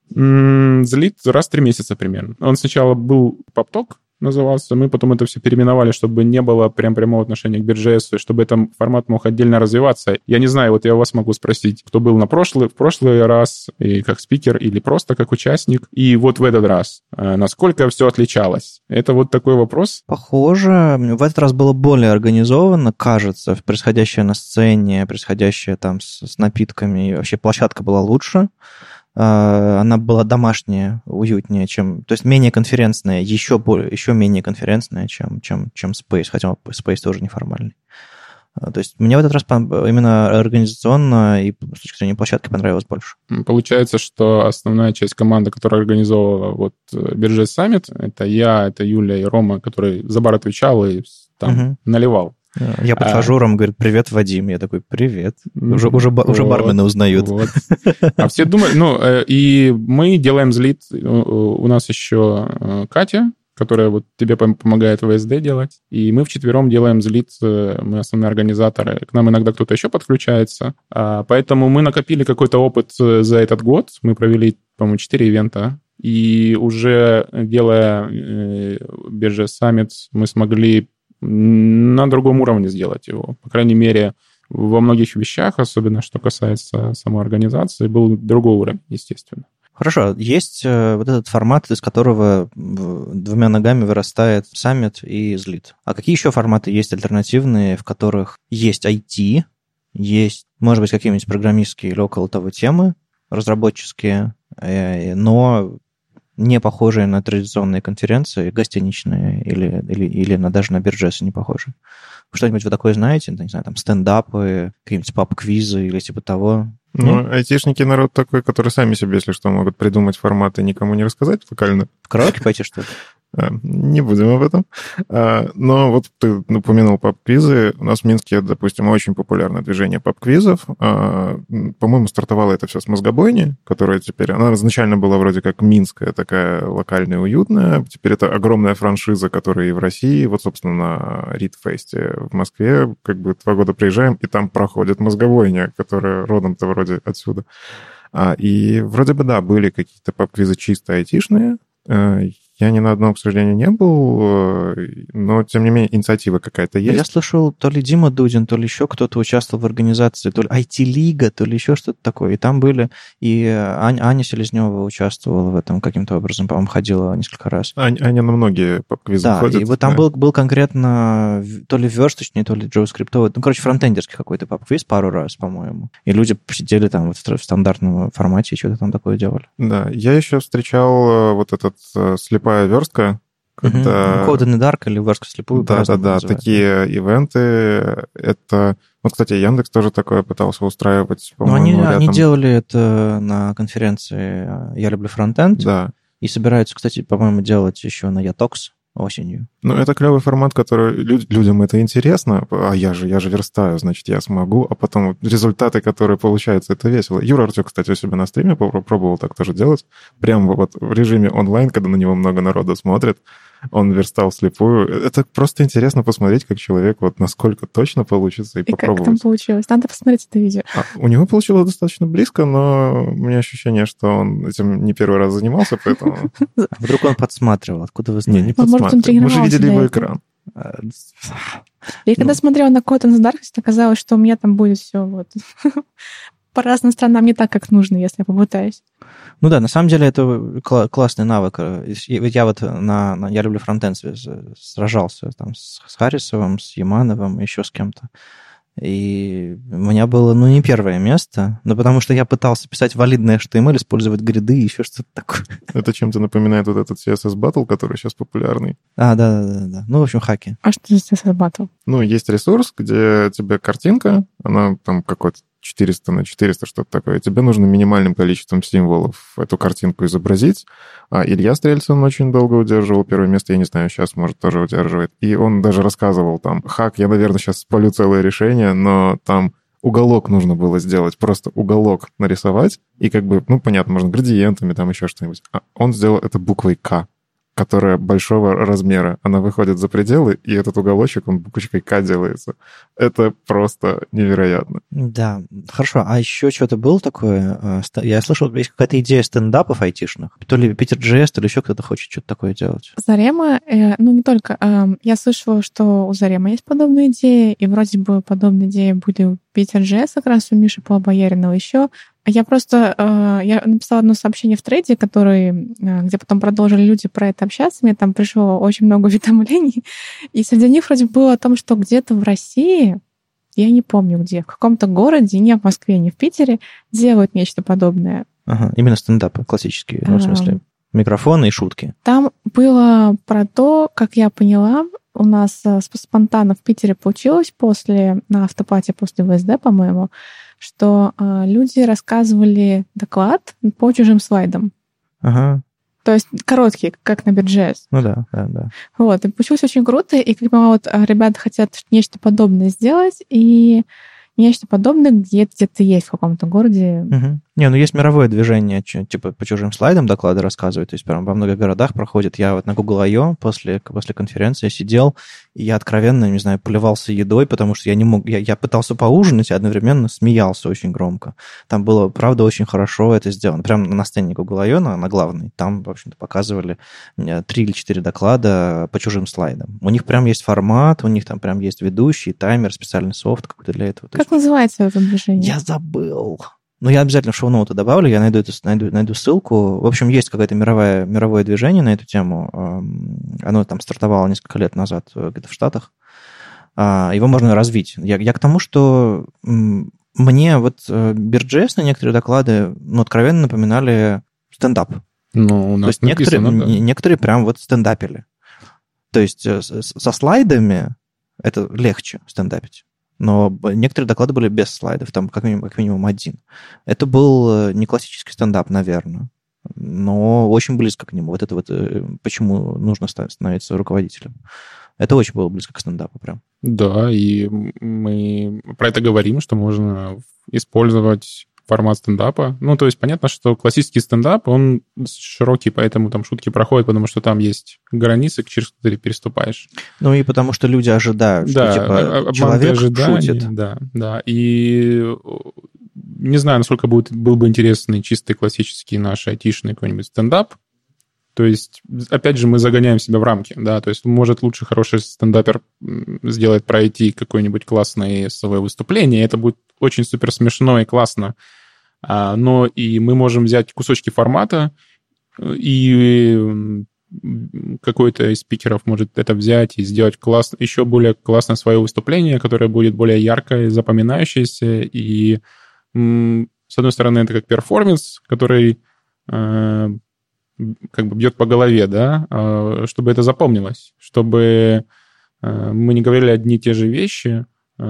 Злит раз в три месяца примерно. Он сначала был PubTalk, назывался. Мы потом это все переименовали, чтобы не было прям прямого отношения к Биржесу, чтобы этот формат мог отдельно развиваться. Я не знаю, вот я вас могу спросить, кто был на прошлый, в прошлый раз и как спикер или просто как участник, и вот в этот раз. Насколько все отличалось? Это вот такой вопрос. Похоже, в этот раз было более организовано, кажется, происходящее на сцене, происходящее там с, с напитками, и вообще площадка была лучше. Она была домашняя, уютнее, чем... То есть менее конференцная, еще, более, еще менее конференцная, чем, чем, чем Space, хотя Space тоже неформальный. То есть мне в этот раз именно организационно и с точки зрения площадки понравилось больше. Получается, что основная часть команды, которая организовывала вот Биржа Summit, это я, это Юля и Рома, который за бар отвечал и там угу. наливал. Я подхожу, а... Ром говорит: привет, Вадим. Я такой: привет. Уже, уже, вот, уже бармены узнают. Вот. А все думают... Ну, и мы делаем злит. У нас еще Катя, которая вот тебе помогает ви эс ди делать. И мы вчетвером делаем злит. Мы основные организаторы. К нам иногда кто-то еще подключается. Поэтому мы накопили какой-то опыт за этот год. Мы провели, по-моему, четыре ивента. И уже делая Биржа Summit, мы смогли на другом уровне сделать его. По крайней мере, во многих вещах, особенно что касается самой организации, был другой уровень, естественно. Хорошо. Есть вот этот формат, из которого двумя ногами вырастает саммит и злит. А какие еще форматы есть альтернативные, в которых есть ай ти, есть, может быть, какие-нибудь программистские или около того темы, разработческие, но не похожие на традиционные конференции, гостиничные или, или, или на, даже на Биржесе не похожие. Что-нибудь вы такое знаете? Не знаю, там стендапы, какие-нибудь паб-квизы или типа того? Ну, Нет? Айтишники народ такой, который сами себе, если что, могут придумать форматы и никому не рассказать локально. В караоке пойти, что ли? Не будем об этом. Но вот ты упомянул паб-квизы. У нас в Минске, допустим, очень популярное движение паб-квизов. По-моему, стартовало это все с Мозгобойни, которая теперь... Она изначально была вроде как минская, такая локальная, уютная. Теперь это огромная франшиза, которая и в России. Вот, собственно, на Рид-фесте в Москве как бы два года приезжаем, и там проходит Мозгобойня, которая родом-то вроде отсюда. И вроде бы, да, были какие-то паб-квизы чисто айтишные. Я ни на одном, к сожалению, не был, но, тем не менее, инициатива какая-то есть. Я слышал, то ли Дима Дудин, то ли еще кто-то участвовал в организации, то ли ай ти-лига, то ли еще что-то такое. И там были, и Ань, Аня Селезнева участвовала в этом каким-то образом, по-моему, ходила несколько раз. Аня, Аня на многие паб-квизы да, ходит. И вот там да. был, был конкретно то ли версточный, то ли джаваскриптовый, ну, короче, фронтендерский какой-то паб-квиз пару раз, по-моему. И люди сидели там в, в стандартном формате и что-то там такое делали. Да, я еще встречал вот этот слепая верстка, когда... Code in the Dark или верстка вслепую. Да-да-да, такие ивенты, это... Вот, кстати, Яндекс тоже такое пытался устраивать, по-моему, они, рядом. Они делали это на конференции «Я люблю фронтенд». Да. И собираются, кстати, по-моему, делать еще на Yatox осенью. Ну, это клевый формат, который люд- людям это интересно. А я же, я же верстаю, значит, я смогу. А потом результаты, которые получаются, это весело. Юра Артюк, кстати, у себя на стриме пробовал так тоже делать. Прямо вот в режиме онлайн, когда на него много народа смотрит, он верстал вслепую. Это просто интересно посмотреть, как человек вот насколько точно получится, и, и попробовать. И как там получилось? Надо посмотреть это видео. А, у него получилось достаточно близко, но у меня ощущение, что он этим не первый раз занимался, поэтому... Вдруг он подсматривал, откуда вы знаете? Не, не подсматривал. Мы же видели его экран. Я когда смотрела на Code in the Dark, оказалось, что у меня там будет все вот по разным странам не так, как нужно, если я попытаюсь. Ну да, на самом деле это кл- классный навык. Ведь я вот на, на я люблю фронтенд сражался там с, с Харрисовым, с Ямановым, еще с кем-то. И у меня было, ну, не первое место, но потому что я пытался писать валидный эйч ти эм эль, использовать гриды и еще что-то такое. Это чем-то напоминает вот этот си эс эс Battle, который сейчас популярный. А, да-да-да. Ну, в общем, хаки. А что за си эс эс Battle? Ну, есть ресурс, где тебе картинка, она там какой-то четыреста на четыреста, что-то такое. Тебе нужно минимальным количеством символов эту картинку изобразить. А Илья Стрельцин очень долго удерживал первое место, я не знаю, сейчас, может, тоже удерживает. И он даже рассказывал там, хак, я, наверное, сейчас спалю целое решение, но там уголок нужно было сделать, просто уголок нарисовать, и как бы, ну, понятно, можно градиентами, там еще что-нибудь. А он сделал это буквой «К», которая большого размера. Она выходит за пределы, и этот уголочек, он буквочкой «К» делается. Это просто невероятно. Да, хорошо. А еще что-то было такое? Я слышал, есть какая-то идея стендапов айтишных. То ли Питер джей эс, то ли еще кто-то хочет что-то такое делать. Зарема, э, ну, не только. Э, я слышала, что у Зарема есть подобные идеи, и вроде бы подобные идеи были у Питер джей эс, как раз у Миши Полубояринова еще. Я просто э, я написала одно сообщение в трейде, который, э, где потом продолжили люди про это общаться. Мне там пришло очень много уведомлений. И среди них вроде было о том, что где-то в России, я не помню где, в каком-то городе, не в Москве, не в Питере, делают нечто подобное. Ага, именно стендапы классические, ну, в смысле, микрофоны и шутки. Там было про то, как я поняла, у нас спонтанно в Питере получилось после, на автопате после вэ эс дэ, по-моему, что э, люди рассказывали доклад по чужим слайдам. Ага. То есть короткий, как на Бирджес. Ну да, да, да. Вот, и получилось очень круто, и как бы вот ребята хотят нечто подобное сделать, и нечто подобное где-то, где-то есть в каком-то городе. Угу. Не, ну есть мировое движение, типа по чужим слайдам доклады рассказывают, то есть прям во многих городах проходит. Я вот на Google ай о после, после конференции сидел, и я откровенно, не знаю, плевался едой, потому что я не мог, я, я пытался поужинать и одновременно смеялся очень громко. Там было, правда, очень хорошо это сделано. Прямо на сцене Google ай о, на, на главной, там, в общем-то, показывали три или четыре доклада по чужим слайдам. У них прям есть формат, у них там прям есть ведущий, таймер, специальный софт какой-то для этого. Как называется это движение? Я забыл. Ну, я обязательно в шоу-ноуты добавлю, я найду, это, найду, найду ссылку. В общем, есть какое-то мировое, мировое движение на эту тему. Оно там стартовало несколько лет назад где-то в Штатах. Его можно развить. Я, я к тому, что мне вот Бирджес на некоторые доклады, ну, откровенно напоминали стендап. Ну, у нас То есть некоторые, да. некоторые прям вот стендапили. То есть со слайдами это легче стендапить. Но некоторые доклады были без слайдов, там как минимум, как минимум один. Это был не классический стендап, наверное, но очень близко к нему. Вот это вот почему нужно становиться руководителем. Это очень было близко к стендапу прям. Да, и мы про это говорим, что можно использовать формат стендапа. Ну, то есть понятно, что классический стендап, он широкий, поэтому там шутки проходят, потому что там есть границы, через которые ты переступаешь. Ну, и потому что люди ожидают, что, да, типа, человек ожидания, шутит. Да, да. И не знаю, насколько будет, был бы интересный чистый классический наш айтишный какой-нибудь стендап. То есть, опять же, мы загоняем себя в рамки, да, то есть, может, лучше хороший стендапер сделать про ай ти какое-нибудь классное свое выступление, это будет очень супер смешно и классно, но и мы можем взять кусочки формата, и какой-то из спикеров может это взять и сделать класс, еще более классное свое выступление, которое будет более яркое, запоминающееся, и, с одной стороны, это как перформанс, который как бы бьет по голове, да, чтобы это запомнилось, чтобы мы не говорили одни и те же вещи.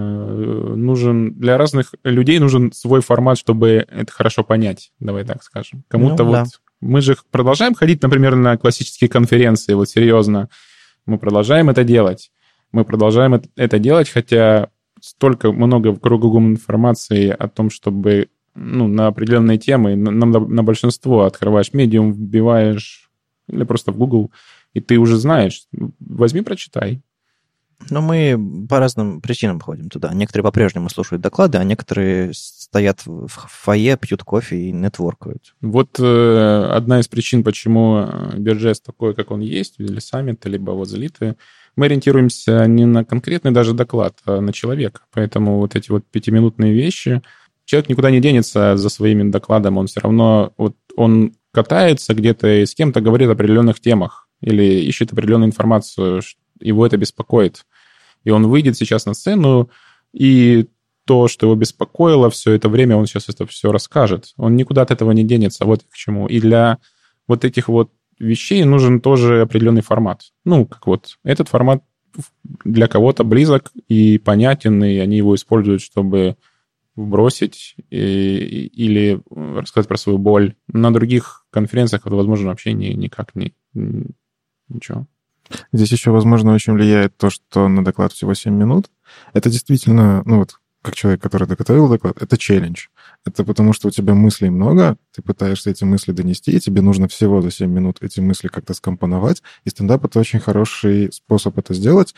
Нужен для разных людей нужен свой формат, чтобы это хорошо понять, давай так скажем. Кому-то ну, вот... Да. Мы же продолжаем ходить, например, на классические конференции, вот серьезно. Мы продолжаем это делать. Мы продолжаем это делать, хотя столько много кругом информации о том, чтобы ну, на определенные темы, на, на, на большинство открываешь Medium, вбиваешь или просто в Google, и ты уже знаешь. Возьми, прочитай. Но мы по разным причинам ходим туда. Некоторые по-прежнему слушают доклады, а некоторые стоят в фойе, пьют кофе и нетворкают. Вот э, одна из причин, почему Биржес такой, как он есть, или саммит, либо вот залиты, мы ориентируемся не на конкретный даже доклад, а на человека. Поэтому вот эти вот пятиминутные вещи... Человек никуда не денется за своим докладом, он все равно... Вот он катается где-то и с кем-то говорит о определенных темах или ищет определенную информацию, его это беспокоит. И он выйдет сейчас на сцену, и то, что его беспокоило все это время, он сейчас это все расскажет. Он никуда от этого не денется, вот к чему. И для вот этих вот вещей нужен тоже определенный формат. Ну, как вот этот формат для кого-то близок и понятен, и они его используют, чтобы вбросить и, или рассказать про свою боль. На других конференциях это, возможно, вообще ни, никак не... Ничего. Здесь еще, возможно, очень влияет то, что на доклад всего семь минут. Это действительно, ну вот, как человек, который доготовил доклад, это челлендж. Это потому, что у тебя мыслей много, ты пытаешься эти мысли донести, и тебе нужно всего за семь минут эти мысли как-то скомпоновать, и стендап — это очень хороший способ это сделать.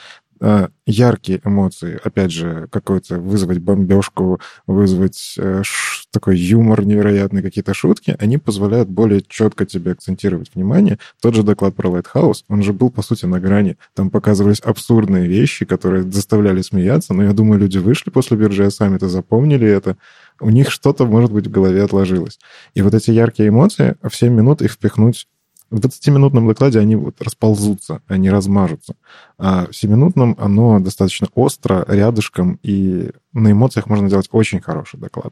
Яркие эмоции, опять же, какой-то вызвать бомбежку, вызвать э, ш, такой юмор невероятный, какие-то шутки, они позволяют более четко тебе акцентировать внимание. Тот же доклад про Lighthouse, он же был, по сути, на грани. Там показывались абсурдные вещи, которые заставляли смеяться, но я думаю, люди вышли после Биржес саммита, запомнили это, у них что-то, может быть, в голове отложилось. И вот эти яркие эмоции, в семь минут их впихнуть. В двадцатиминутном докладе они вот расползутся, они размажутся. А в семиминутном оно достаточно остро, рядышком, и на эмоциях можно делать очень хороший доклад.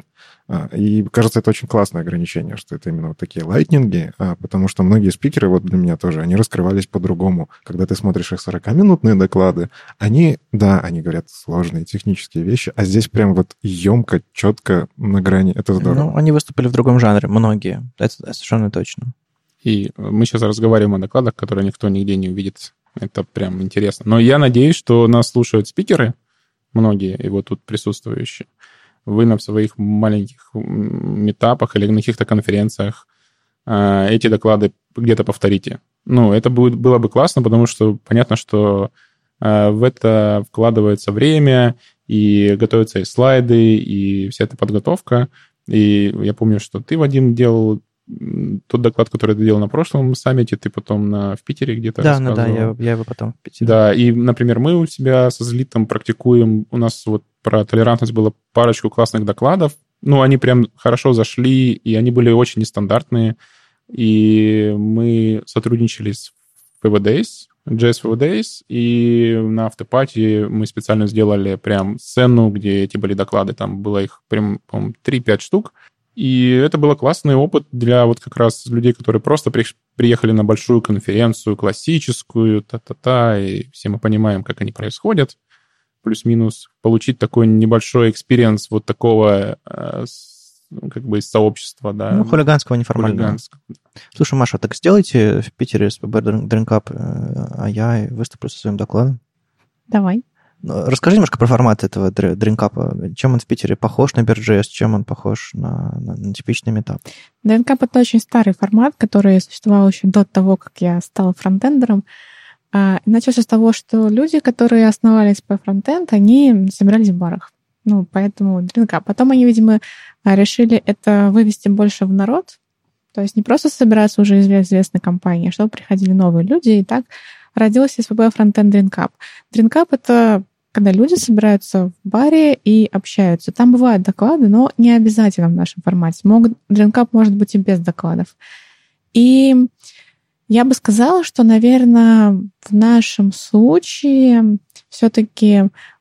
И кажется, это очень классное ограничение, что это именно вот такие лайтнинги, потому что многие спикеры, вот для меня тоже, они раскрывались по-другому. Когда ты смотришь их сорокаминутные доклады, они, да, они говорят сложные технические вещи, а здесь прям вот емко, четко, на грани. Это здорово. Ну, они выступили в другом жанре, многие. Это совершенно точно. И мы сейчас разговариваем о докладах, которые никто нигде не увидит. Это прям интересно. Но я надеюсь, что нас слушают спикеры, многие, и вот тут присутствующие. Вы на своих маленьких митапах или на каких-то конференциях эти доклады где-то повторите. Ну, это будет, было бы классно, потому что понятно, что в это вкладывается время, и готовятся и слайды, и вся эта подготовка. И я помню, что ты, Вадим, делал тот доклад, который ты делал на прошлом саммите, ты потом на, в Питере где-то да, рассказывал. Да, да, я, я его потом в Питере. Да, и, например, мы у себя со Злитом практикуем, у нас вот про толерантность было парочку классных докладов, ну, они прям хорошо зашли, и они были очень нестандартные, и мы сотрудничали с эф ви Days, джей эс эф ви Days, и на автопати мы специально сделали прям сцену, где эти были доклады, там было их прям, по-моему, три-пять штук. И это был классный опыт для вот как раз людей, которые просто при, приехали на большую конференцию, классическую, та-та-та, и все мы понимаем, как они происходят, плюс-минус, получить такой небольшой экспириенс вот такого, ну, как бы из сообщества, да. Ну, хулиганского, неформального. Хулиганского. Слушай, Маша, так сделайте в Питере эс пэ бэ Drink Up, а я выступлю со своим докладом. Давай. Расскажи немножко про формат этого дринкапа. Чем он в Питере похож на Биржес, чем он похож на, на, на типичный митап? Дринкап — это очень старый формат, который существовал еще до того, как я стала фронтендером. Начался с того, что люди, которые основали эс пэ фронтенд, они собирались в барах. Ну, поэтому дринкап. Потом они, видимо, решили это вывести больше в народ. То есть не просто собираться уже известной компании, а чтобы приходили новые люди. И так родился эс пэ бэ Frontend Дринкап. Дринкап — это когда люди собираются в баре и общаются. Там бывают доклады, но не обязательно в нашем формате. Могут, дринкап может быть и без докладов. И я бы сказала, что, наверное, в нашем случае все-таки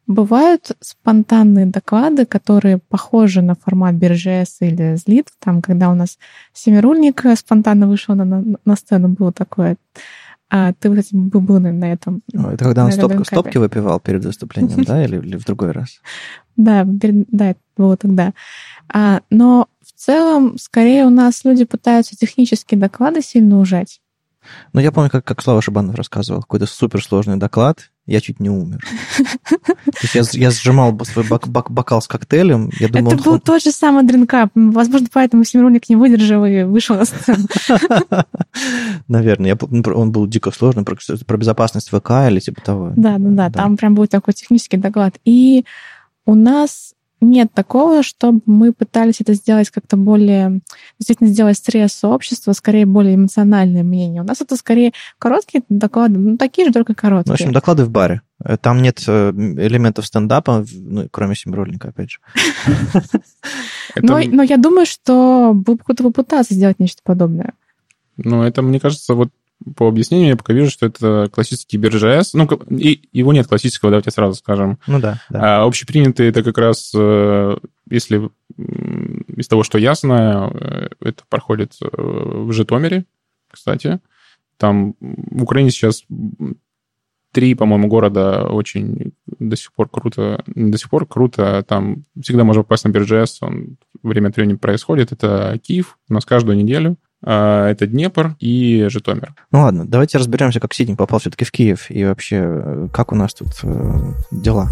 Бывают спонтанные доклады, которые похожи на формат Биржес или Злит, там, когда у нас Семирульник спонтанно вышел на, на, на сцену, было такое. А ты, кстати, был, был на этом. Это когда он на стоп, стопки выпивал перед выступлением, да, или, или в другой раз? Да, да, это было тогда. А, но в целом, скорее, у нас люди пытаются технические доклады сильно ужать. Ну, я помню, как, как Слава Шибанов рассказывал, какой-то суперсложный доклад, я чуть не умер. То есть я, я сжимал свой бак, бак, бокал с коктейлем. Я думал, это был он... тот же самый дринкап. Возможно, поэтому Семирульник не выдержал и вышел на сцену. Наверное. Я, он был дико сложный, про, про безопасность ВК или типа того. Да, да, да. Там прям будет такой технический доклад. И у нас нет такого, чтобы мы пытались это сделать как-то более, действительно сделать стресс сообщества, скорее более эмоциональное мнение. У нас это скорее короткие доклады, ну, такие же, только короткие. В общем, доклады в баре. Там нет элементов стендапа, ну, кроме Семирульника, опять же. Но, но я думаю, что был бы кто-то попытаться сделать нечто подобное. Ну, это, мне кажется, вот по объяснению я пока вижу, что это классический Биржес. Ну, и его нет классического, давайте сразу скажем. Ну да. да. А общепринятый это как раз, если из того, что я знаю, это проходит в Житомире, кстати. Там в Украине сейчас три, по-моему, города очень до сих пор круто, до сих пор круто, там всегда можно попасть на Биржес, он время от времени происходит. Это Киев, у нас каждую неделю. Это Днепр и Житомир. Ну ладно, давайте разберемся, как Ситник попал все-таки в Киев и вообще, как у нас тут дела.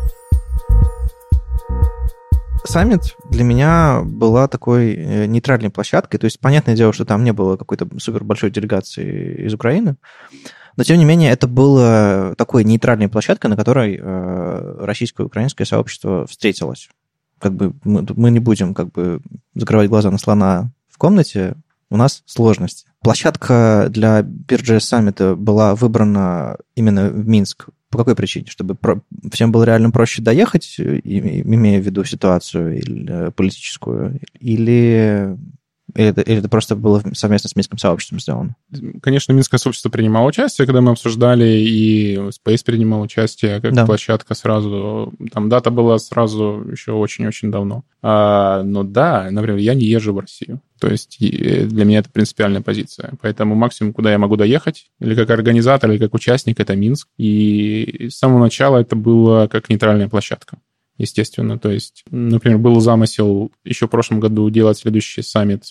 Саммит для меня была такой нейтральной площадкой, то есть понятное дело, что там не было какой-то супер большой делегации из Украины, но тем не менее это была такой нейтральной площадкой, на которой российское и украинское сообщество встретилось. Как бы мы, мы не будем как бы закрывать глаза на слона в комнате, у нас сложности. Площадка для Биржес саммита была выбрана именно в Минск. По какой причине? Чтобы про... всем было реально проще доехать, имея в виду ситуацию политическую, или... Или это, или это просто было совместно с Минским сообществом сделано? Конечно, Минское сообщество принимало участие, когда мы обсуждали, и Space принимал участие как да. площадка сразу. Там дата была сразу еще очень-очень давно. А, но да, например, я не езжу в Россию. То есть для меня это принципиальная позиция. Поэтому максимум, куда я могу доехать, или как организатор, или как участник, это Минск. И с самого начала это была как нейтральная площадка. Естественно, то есть, например, был замысел еще в прошлом году делать следующий саммит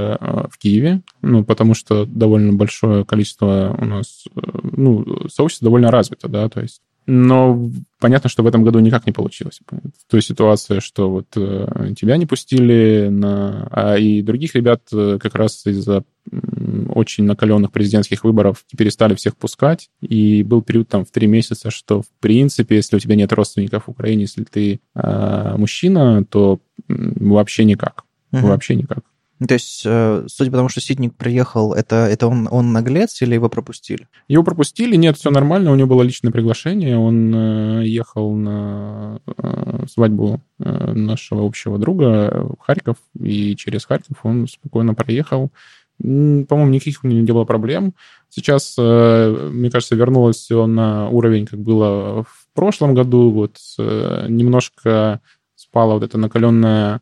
в Киеве, ну, потому что довольно большое количество у нас, ну, сообщество довольно развито, да, то есть, но понятно, что в этом году никак не получилось. То есть ситуация, что вот тебя не пустили, на... а и других ребят как раз из-за очень накаленных президентских выборов перестали всех пускать, и был период там в три месяца, что в принципе, если у тебя нет родственников в Украине, если ты э, мужчина, то вообще никак, угу. вообще никак. То есть, судя по тому, что Ситник приехал, это, это он, он наглец или его пропустили? Его пропустили, нет, все нормально, у него было личное приглашение, он э, ехал на э, свадьбу э, нашего общего друга в Харьков, и через Харьков он спокойно проехал. По-моему, никаких не было проблем. Сейчас, мне кажется, вернулось все на уровень, как было в прошлом году. Вот немножко спала вот эта накаленная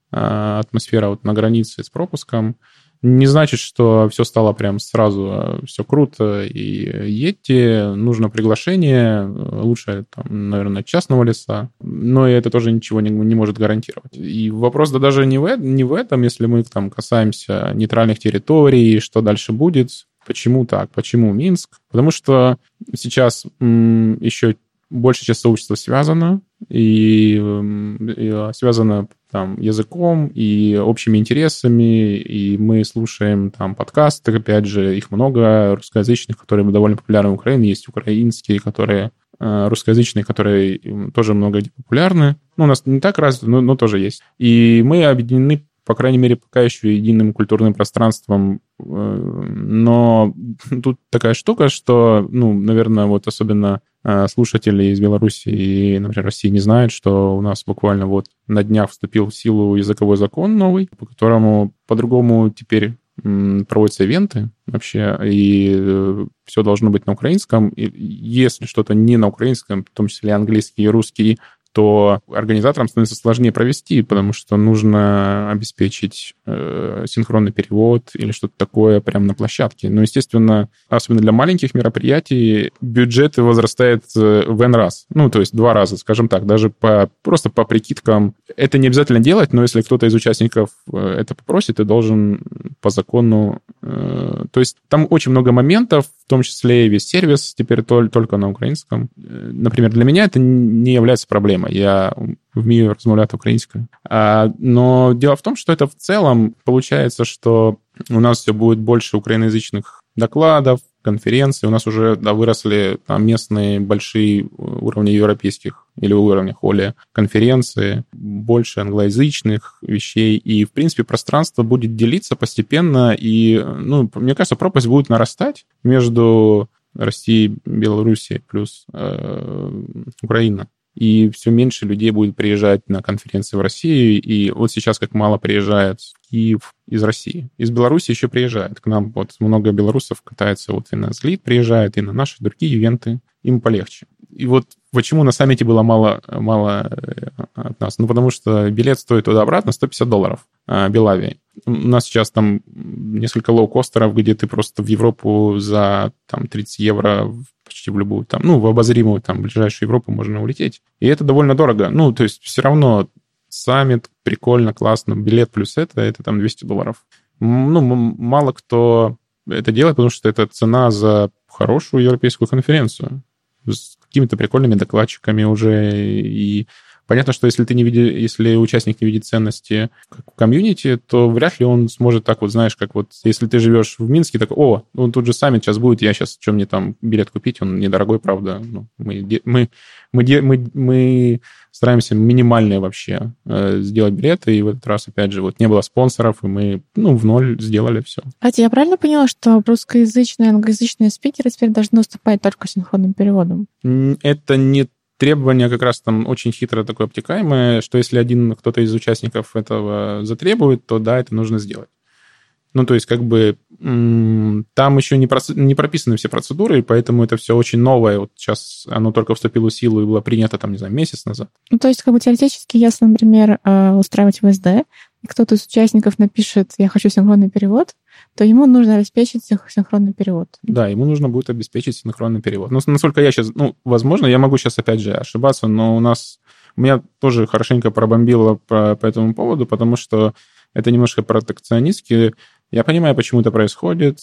атмосфера вот на границе с пропуском. Не значит, что все стало прям сразу все круто и едьте. Нужно приглашение, лучше, там, наверное, частного лица, но это тоже ничего не, не может гарантировать. И вопрос да даже не в, не в этом, если мы там касаемся нейтральных территорий, что дальше будет, почему так, почему Минск. Потому что сейчас м, еще большая часть сообщества связана, и, и связана там языком и общими интересами, и мы слушаем там подкасты, опять же, их много русскоязычных, которые довольно популярны в Украине, есть украинские, которые русскоязычные, которые тоже много где популярны. Ну, у нас не так развито, но, но тоже есть. И мы объединены, по крайней мере, пока еще единым культурным пространством. Но тут такая штука, что, ну, наверное, вот особенно слушатели из Беларуси и, например, России не знают, что у нас буквально вот на днях вступил в силу языковой закон новый, по которому по-другому теперь проводятся ивенты вообще, и все должно быть на украинском. И если что-то не на украинском, в том числе английский и русский, то организаторам становится сложнее провести, потому что нужно обеспечить э, синхронный перевод или что-то такое прямо на площадке. Но, естественно, особенно для маленьких мероприятий бюджет возрастает в N раз. Ну, то есть два раза, скажем так, даже по, просто по прикидкам. Это не обязательно делать, но если кто-то из участников это попросит, ты должен по закону... Э, то есть там очень много моментов, в том числе и весь сервис теперь только на украинском. Например, для меня это не является проблемой. Я вмію размовлять украинском. А, но дело в том, что это в целом получается, что у нас все будет больше украиноязычных докладов, конференций. У нас уже да, выросли там, местные большие уровни европейских или уровня холли конференции, больше англоязычных вещей. И, в принципе, пространство будет делиться постепенно. И, ну, мне кажется, пропасть будет нарастать между Россией, Белоруссией плюс э, Украина. И все меньше людей будет приезжать на конференции в Россию. И вот сейчас как мало приезжает в Киев из России. Из Беларуси еще приезжает. К нам вот много белорусов катается, вот и на Злит приезжает, и на наши другие ивенты. Им полегче. И вот почему на саммите было мало, мало от нас? Ну, потому что билет стоит туда-обратно сто пятьдесят долларов Белавии. У нас сейчас там несколько лоукостеров, где ты просто в Европу за там, тридцать евро почти в любую, там, ну, в обозримую, там, ближайшую Европу можно улететь. И это довольно дорого. Ну, то есть все равно саммит прикольно, классно. Билет плюс это, это там двести долларов. Ну, мало кто это делает, потому что это цена за хорошую европейскую конференцию с какими-то прикольными докладчиками уже. И понятно, что если ты не видишь, если участник не видит ценности в комьюнити, то вряд ли он сможет так вот, знаешь, как вот, если ты живешь в Минске, так, о, он тут же саммит сейчас будет, я сейчас, что мне там билет купить, он недорогой, правда. Ну, мы, мы, мы, мы, мы стараемся минимальные вообще э, сделать билеты, и в этот раз, опять же, вот не было спонсоров, и мы, ну, в ноль сделали все. Катя, я правильно поняла, что русскоязычные и англоязычные спикеры теперь должны уступать только синхронным переводом? Это не требование как раз там очень хитро такое обтекаемое, что если один кто-то из участников этого затребует, то да, это нужно сделать. Ну, то есть как бы там еще не, проц... не прописаны все процедуры, и поэтому это все очень новое. Вот сейчас оно только вступило в силу и было принято, там, не знаю, месяц назад. Ну, то есть как бы теоретически, если, например, устраивать вэ эс дэ, и кто-то из участников напишет «я хочу синхронный перевод», то ему нужно обеспечить синхронный перевод. Да, ему нужно будет обеспечить синхронный перевод. Ну, насколько я сейчас... Ну, возможно, я могу сейчас опять же ошибаться, но у нас... У меня тоже хорошенько пробомбило по, по этому поводу, потому что это немножко протекционистски. Я понимаю, почему это происходит,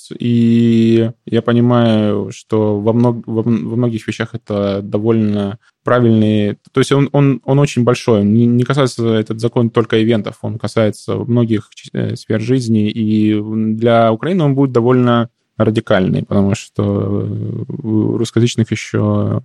и я понимаю, что во, мног, во, во многих вещах это довольно правильные... То есть он, он, он очень большой. Не, не касается этот закон только ивентов, он касается многих сфер жизни, и для Украины он будет довольно радикальный, потому что русскоязычных еще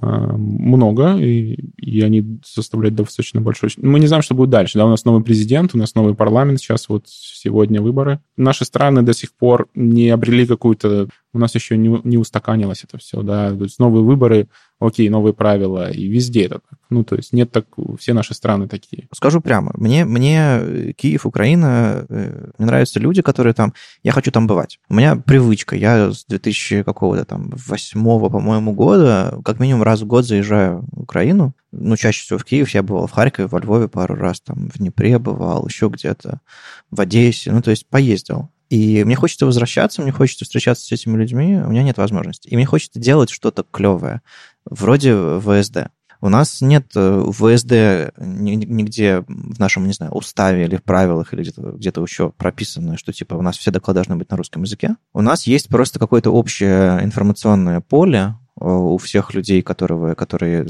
много, и, и они составляют достаточно большой... Мы не знаем, что будет дальше. Да, у нас новый президент, у нас новый парламент, сейчас вот сегодня выборы. Наши страны до сих пор не обрели какую-то... У нас еще не, не устаканилось это все, да. То есть новые выборы, окей, новые правила, и везде это так. Ну, то есть нет так... Все наши страны такие. Скажу прямо, мне, мне Киев, Украина, мне нравятся люди, которые там... Я хочу там бывать. У меня привычка. Я с две тысячи восьмого, по-моему, года как минимум раз в год заезжаю в Украину. Ну, чаще всего в Киев. Я бывал в Харькове, во Львове пару раз, там в Днепре бывал, еще где-то, в Одессе. Ну, то есть поездил. И мне хочется возвращаться, мне хочется встречаться с этими людьми, у меня нет возможности. И мне хочется делать что-то клевое, вроде вэ эс дэ. У нас нет вэ эс дэ нигде в нашем, не знаю, уставе или в правилах, или где-то, где-то еще прописано, что типа у нас все доклады должны быть на русском языке. У нас есть просто какое-то общее информационное поле у всех людей, которые... которые...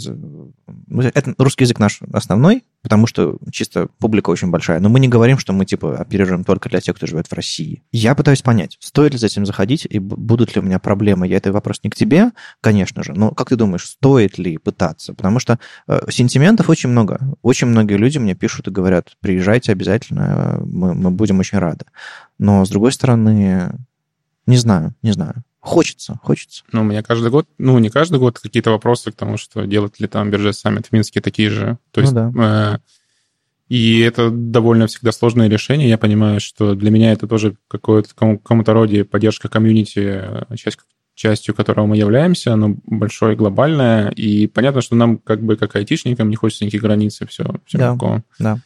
Это русский язык наш основной, потому что чисто публика очень большая. Но мы не говорим, что мы, типа, оперируем только для тех, кто живет в России. Я пытаюсь понять, стоит ли за этим заходить, и будут ли у меня проблемы. Я это вопрос не к тебе, конечно же, но как ты думаешь, стоит ли пытаться? Потому что э, сентиментов очень много. Очень многие люди мне пишут и говорят, приезжайте обязательно, мы, мы будем очень рады. Но, с другой стороны, не знаю, не знаю. Хочется, хочется. Ну, у меня каждый год, ну, не каждый год какие-то вопросы к тому, что делать ли там бюджет саммит в Минске такие же. То есть, ну, да. И это довольно всегда сложное решение. Я понимаю, что для меня это тоже какое-то, каком-то роде поддержка комьюнити, часть, частью которого мы являемся, оно большое, глобальное. И понятно, что нам, как бы, как айтишникам, не хочется никаких границ, и все, все да, такое. Да.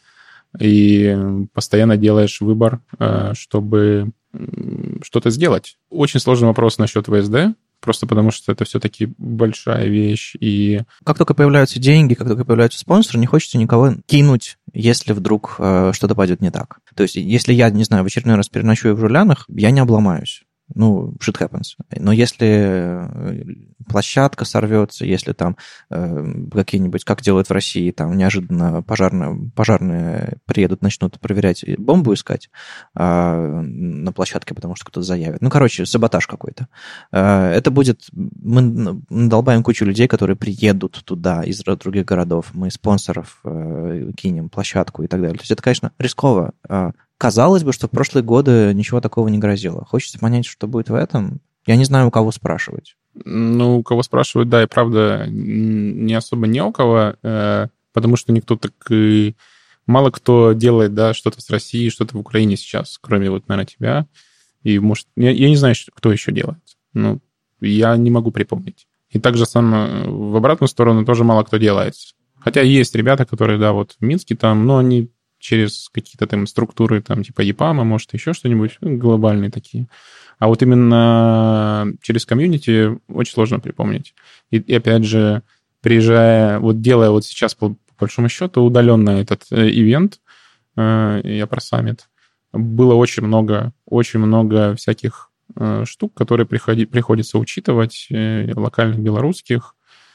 И постоянно делаешь выбор, чтобы что-то сделать. Очень сложный вопрос насчет ви эс ди, просто потому что это все-таки большая вещь. И... Как только появляются деньги, как только появляются спонсоры, не хочется никого кинуть, если вдруг э, что-то пойдет не так. То есть, если я, не знаю, в очередной раз переночую в Жулянах, я не обломаюсь. Ну, shit happens. Но если площадка сорвется, если там э, какие-нибудь, как делают в России, там неожиданно пожарные, пожарные приедут, начнут проверять, бомбу искать э, на площадке, потому что кто-то заявит. Ну, короче, саботаж какой-то. Э, это будет... Мы надолбаем кучу людей, которые приедут туда из других городов. Мы спонсоров э, кинем, площадку и так далее. То есть это, конечно, рисково. Казалось бы, что в прошлые годы ничего такого не грозило. Хочется понять, что будет в этом. Я не знаю, у кого спрашивать. Ну, у кого спрашивать, да, и правда, не особо не у кого, потому что никто так и... Мало кто делает, да, что-то с Россией, что-то в Украине сейчас, кроме вот, наверное, тебя. И, может, я, я не знаю, кто еще делает. Ну, я не могу припомнить. И также сам в обратную сторону тоже мало кто делает. Хотя есть ребята, которые, да, вот в Минске там, но они... через какие-то там структуры, там, типа ЕПАМа, может, еще что-нибудь, ну, глобальные такие. А вот именно через комьюнити очень сложно припомнить. И, и опять же, приезжая, вот делая вот сейчас, по, по большому счету, удаленно этот э, ивент, э, я про саммит, было очень много, очень много всяких э, штук, которые приходи, приходится учитывать, э, локальных белорусских.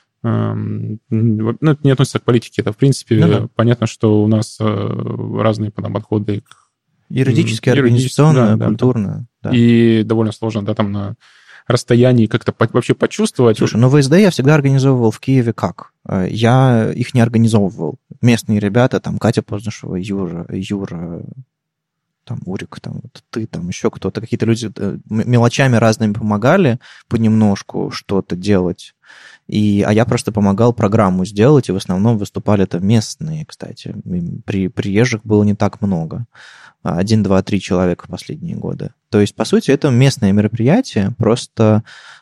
Ну, это не относится к политике, это, в принципе, ну, да. Понятно, что у нас разные там, подходы к... Юридически, организационно, да, культурно. Да. Да. И довольно сложно, да, там на расстоянии как-то вообще почувствовать. Слушай, ну ви эс ди я всегда организовывал в Киеве как? Я их не организовывал. Местные ребята, там Катя Познышева, Юра, Юра, там Урик, там вот ты, там еще кто-то, какие-то люди мелочами разными помогали понемножку что-то делать. И, а я просто помогал программу сделать, и в основном выступали это местные, кстати. При приезжих было не так много. Один, два, три человека в последние годы. То есть, по сути, это местное мероприятие, просто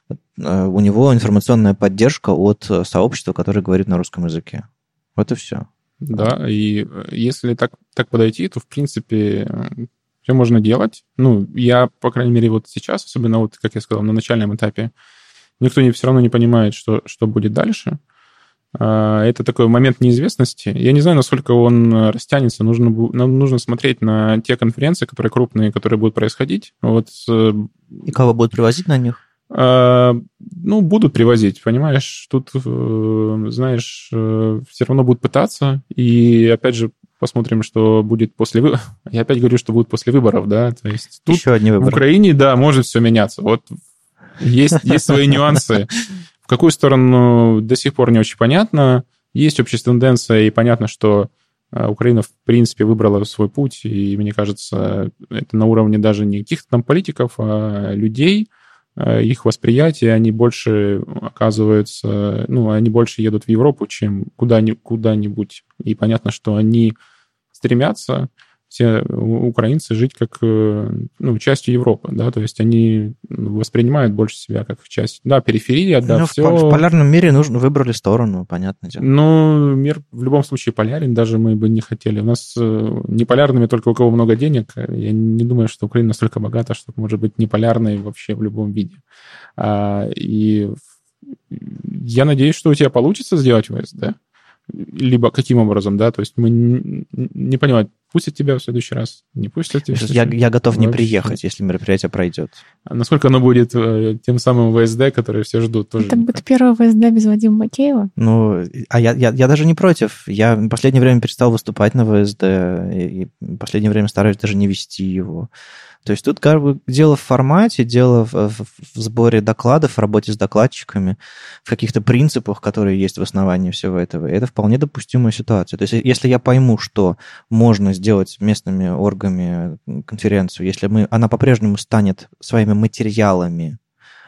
у него информационная поддержка от сообщества, которое говорит на русском языке. Вот и все. Да, и если так, так подойти, то, в принципе, все можно делать. Ну, я, по крайней мере, вот сейчас, особенно вот, как я сказал, на начальном этапе, никто не, все равно не понимает, что, что будет дальше. Это такой момент неизвестности. Я не знаю, насколько он растянется. Нужно, нам нужно смотреть на те конференции, которые крупные, которые будут происходить. Вот. И кого будут привозить на них? Ну, будут привозить, понимаешь. Тут, знаешь, все равно будут пытаться. И, опять же, посмотрим, что будет после выборов. Я опять говорю, что будет после выборов, да. То есть тут еще одни выборы. В Украине, да, может все меняться. Вот есть, есть свои нюансы. В какую сторону до сих пор не очень понятно. Есть общая тенденция, и понятно, что Украина, в принципе, выбрала свой путь, и, мне кажется, это на уровне даже не каких-то там политиков, а людей, их восприятие, они больше оказываются, ну, они больше едут в Европу, чем куда-нибудь. И понятно, что они стремятся, все украинцы, жить как, ну, частью Европы, да, то есть они воспринимают больше себя как часть, да, периферия, да, ну, все. В полярном мире нужно, выбрали сторону, понятное дело. Ну, мир в любом случае полярен, даже мы бы не хотели. У нас не полярными только у кого много денег. Я не думаю, что Украина настолько богата, что может быть не полярной вообще в любом виде. И я надеюсь, что у тебя получится сделать ви эс ди. Либо каким образом, да, то есть мы не, не понимаем, пустят тебя в следующий раз, не пустят тебя. Я, я готов не приехать, если мероприятие пройдет. А насколько оно будет тем самым ви эс ди, который все ждут? Тоже это будет первое ви эс ди без Вадима Макеева? Ну, а я, я, я даже не против. Я в последнее время перестал выступать на ви эс ди, и в последнее время стараюсь даже не вести его. То есть тут как бы дело в формате, дело в, в, в сборе докладов, в работе с докладчиками, в каких-то принципах, которые есть в основании всего этого. И это вполне допустимая ситуация. То есть если я пойму, что можно сделать местными оргами конференцию, если мы, она по-прежнему станет своими материалами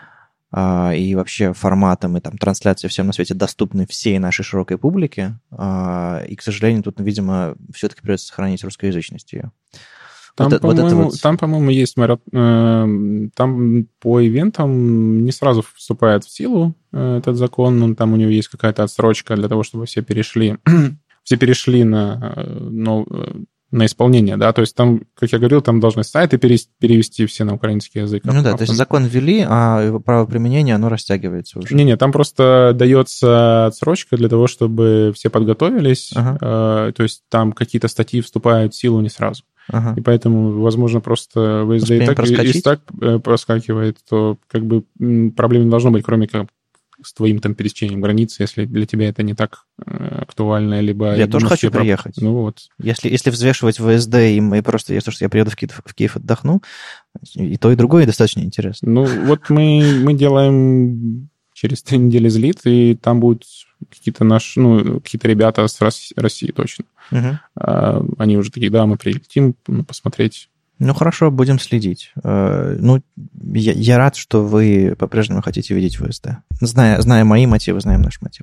и вообще форматом и там трансляции всем на свете доступны всей нашей широкой публике. И, к сожалению, тут, видимо, все-таки придется сохранить русскоязычность ее. Там, вот, по-моему, вот вот... там, по-моему, есть марат... там по ивентам не сразу вступает в силу этот закон, но там у него есть какая-то отсрочка для того, чтобы все перешли, все перешли на, на, на исполнение, да, то есть там, как я говорил, там должны сайты перевести все на украинский язык. Ну да, то есть закон ввели, а его право применения, оно растягивается уже. Не-не, там просто дается отсрочка для того, чтобы все подготовились, ага. То есть там какие-то статьи вступают в силу не сразу. Ага. И поэтому, возможно, просто ви эс ди и так, и так проскакивает, то как бы проблем не должно быть, кроме как с твоим там пересечением границы, если для тебя это не так актуально, либо... Я тоже хочу приехать. Ну, вот. Если, если взвешивать ви эс ди и просто я, то, что я приеду в Киев, в Киев отдохну, и то, и другое достаточно интересно. Ну, вот мы, мы делаем через три недели злит, и там будут какие-то наши, ну, какие-то ребята с России точно. Угу. Они уже такие, да, мы прилетим посмотреть. Ну, хорошо, будем следить. Ну, я, я рад, что вы по-прежнему хотите видеть ви эс ди. Зная, зная мои мотивы, знаем наш мотив.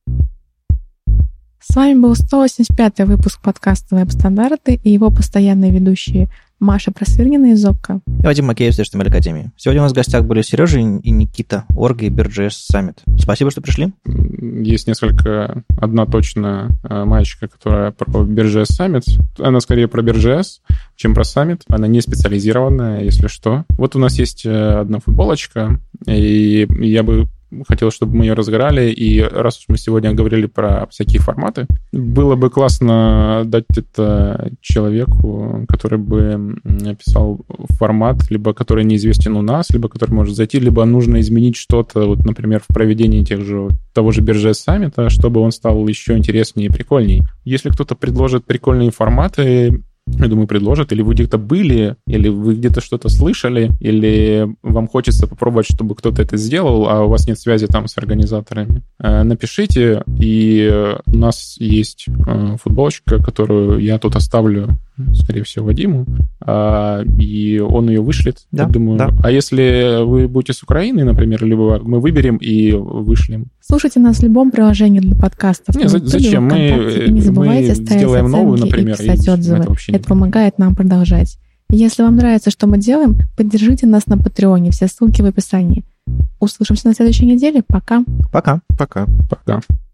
С вами был сто восемьдесят пятый выпуск подкаста «Веб-стандарты» и его постоянные ведущие Маша Просвирнина из Зокка. И Вадим Макеев из эйч ти эм эль-академии. Сегодня у нас в гостях были Сережа и Никита, Орга и Бирд.джей эс Summit. Спасибо, что пришли. Есть несколько... Одна точно маечка, которая про Бирд.джей эс Summit. Она скорее про Бирд.джей эс, чем про Summit. Она не специализированная, если что. Вот у нас есть одна футболочка, и я бы хотел, чтобы мы ее разыграли, и раз уж мы сегодня говорили про всякие форматы, было бы классно дать это человеку, который бы описал формат, либо который неизвестен у нас, либо который может зайти, либо нужно изменить что-то, вот, например, в проведении тех же, того же Бирд.джей эс Summit, чтобы он стал еще интереснее и прикольнее. Если кто-то предложит прикольные форматы, я думаю, предложат, или вы где-то были, или вы где-то что-то слышали, или вам хочется попробовать, чтобы кто-то это сделал, а у вас нет связи там с организаторами, напишите, и у нас есть футболочка, которую я тут оставлю, скорее всего, Вадиму, и он ее вышлет, да, я думаю. Да. А если вы будете с Украины, например, либо мы выберем и вышлем. Слушайте нас в любом приложении для подкастов. Не, зачем? Мы, не забывайте мы сделаем новую, например, и писать отзывы. Это, это помогает нам продолжать. Если вам нравится, что мы делаем, поддержите нас на Патреоне. Все ссылки в описании. Услышимся на следующей неделе. Пока. Пока. Пока. Пока.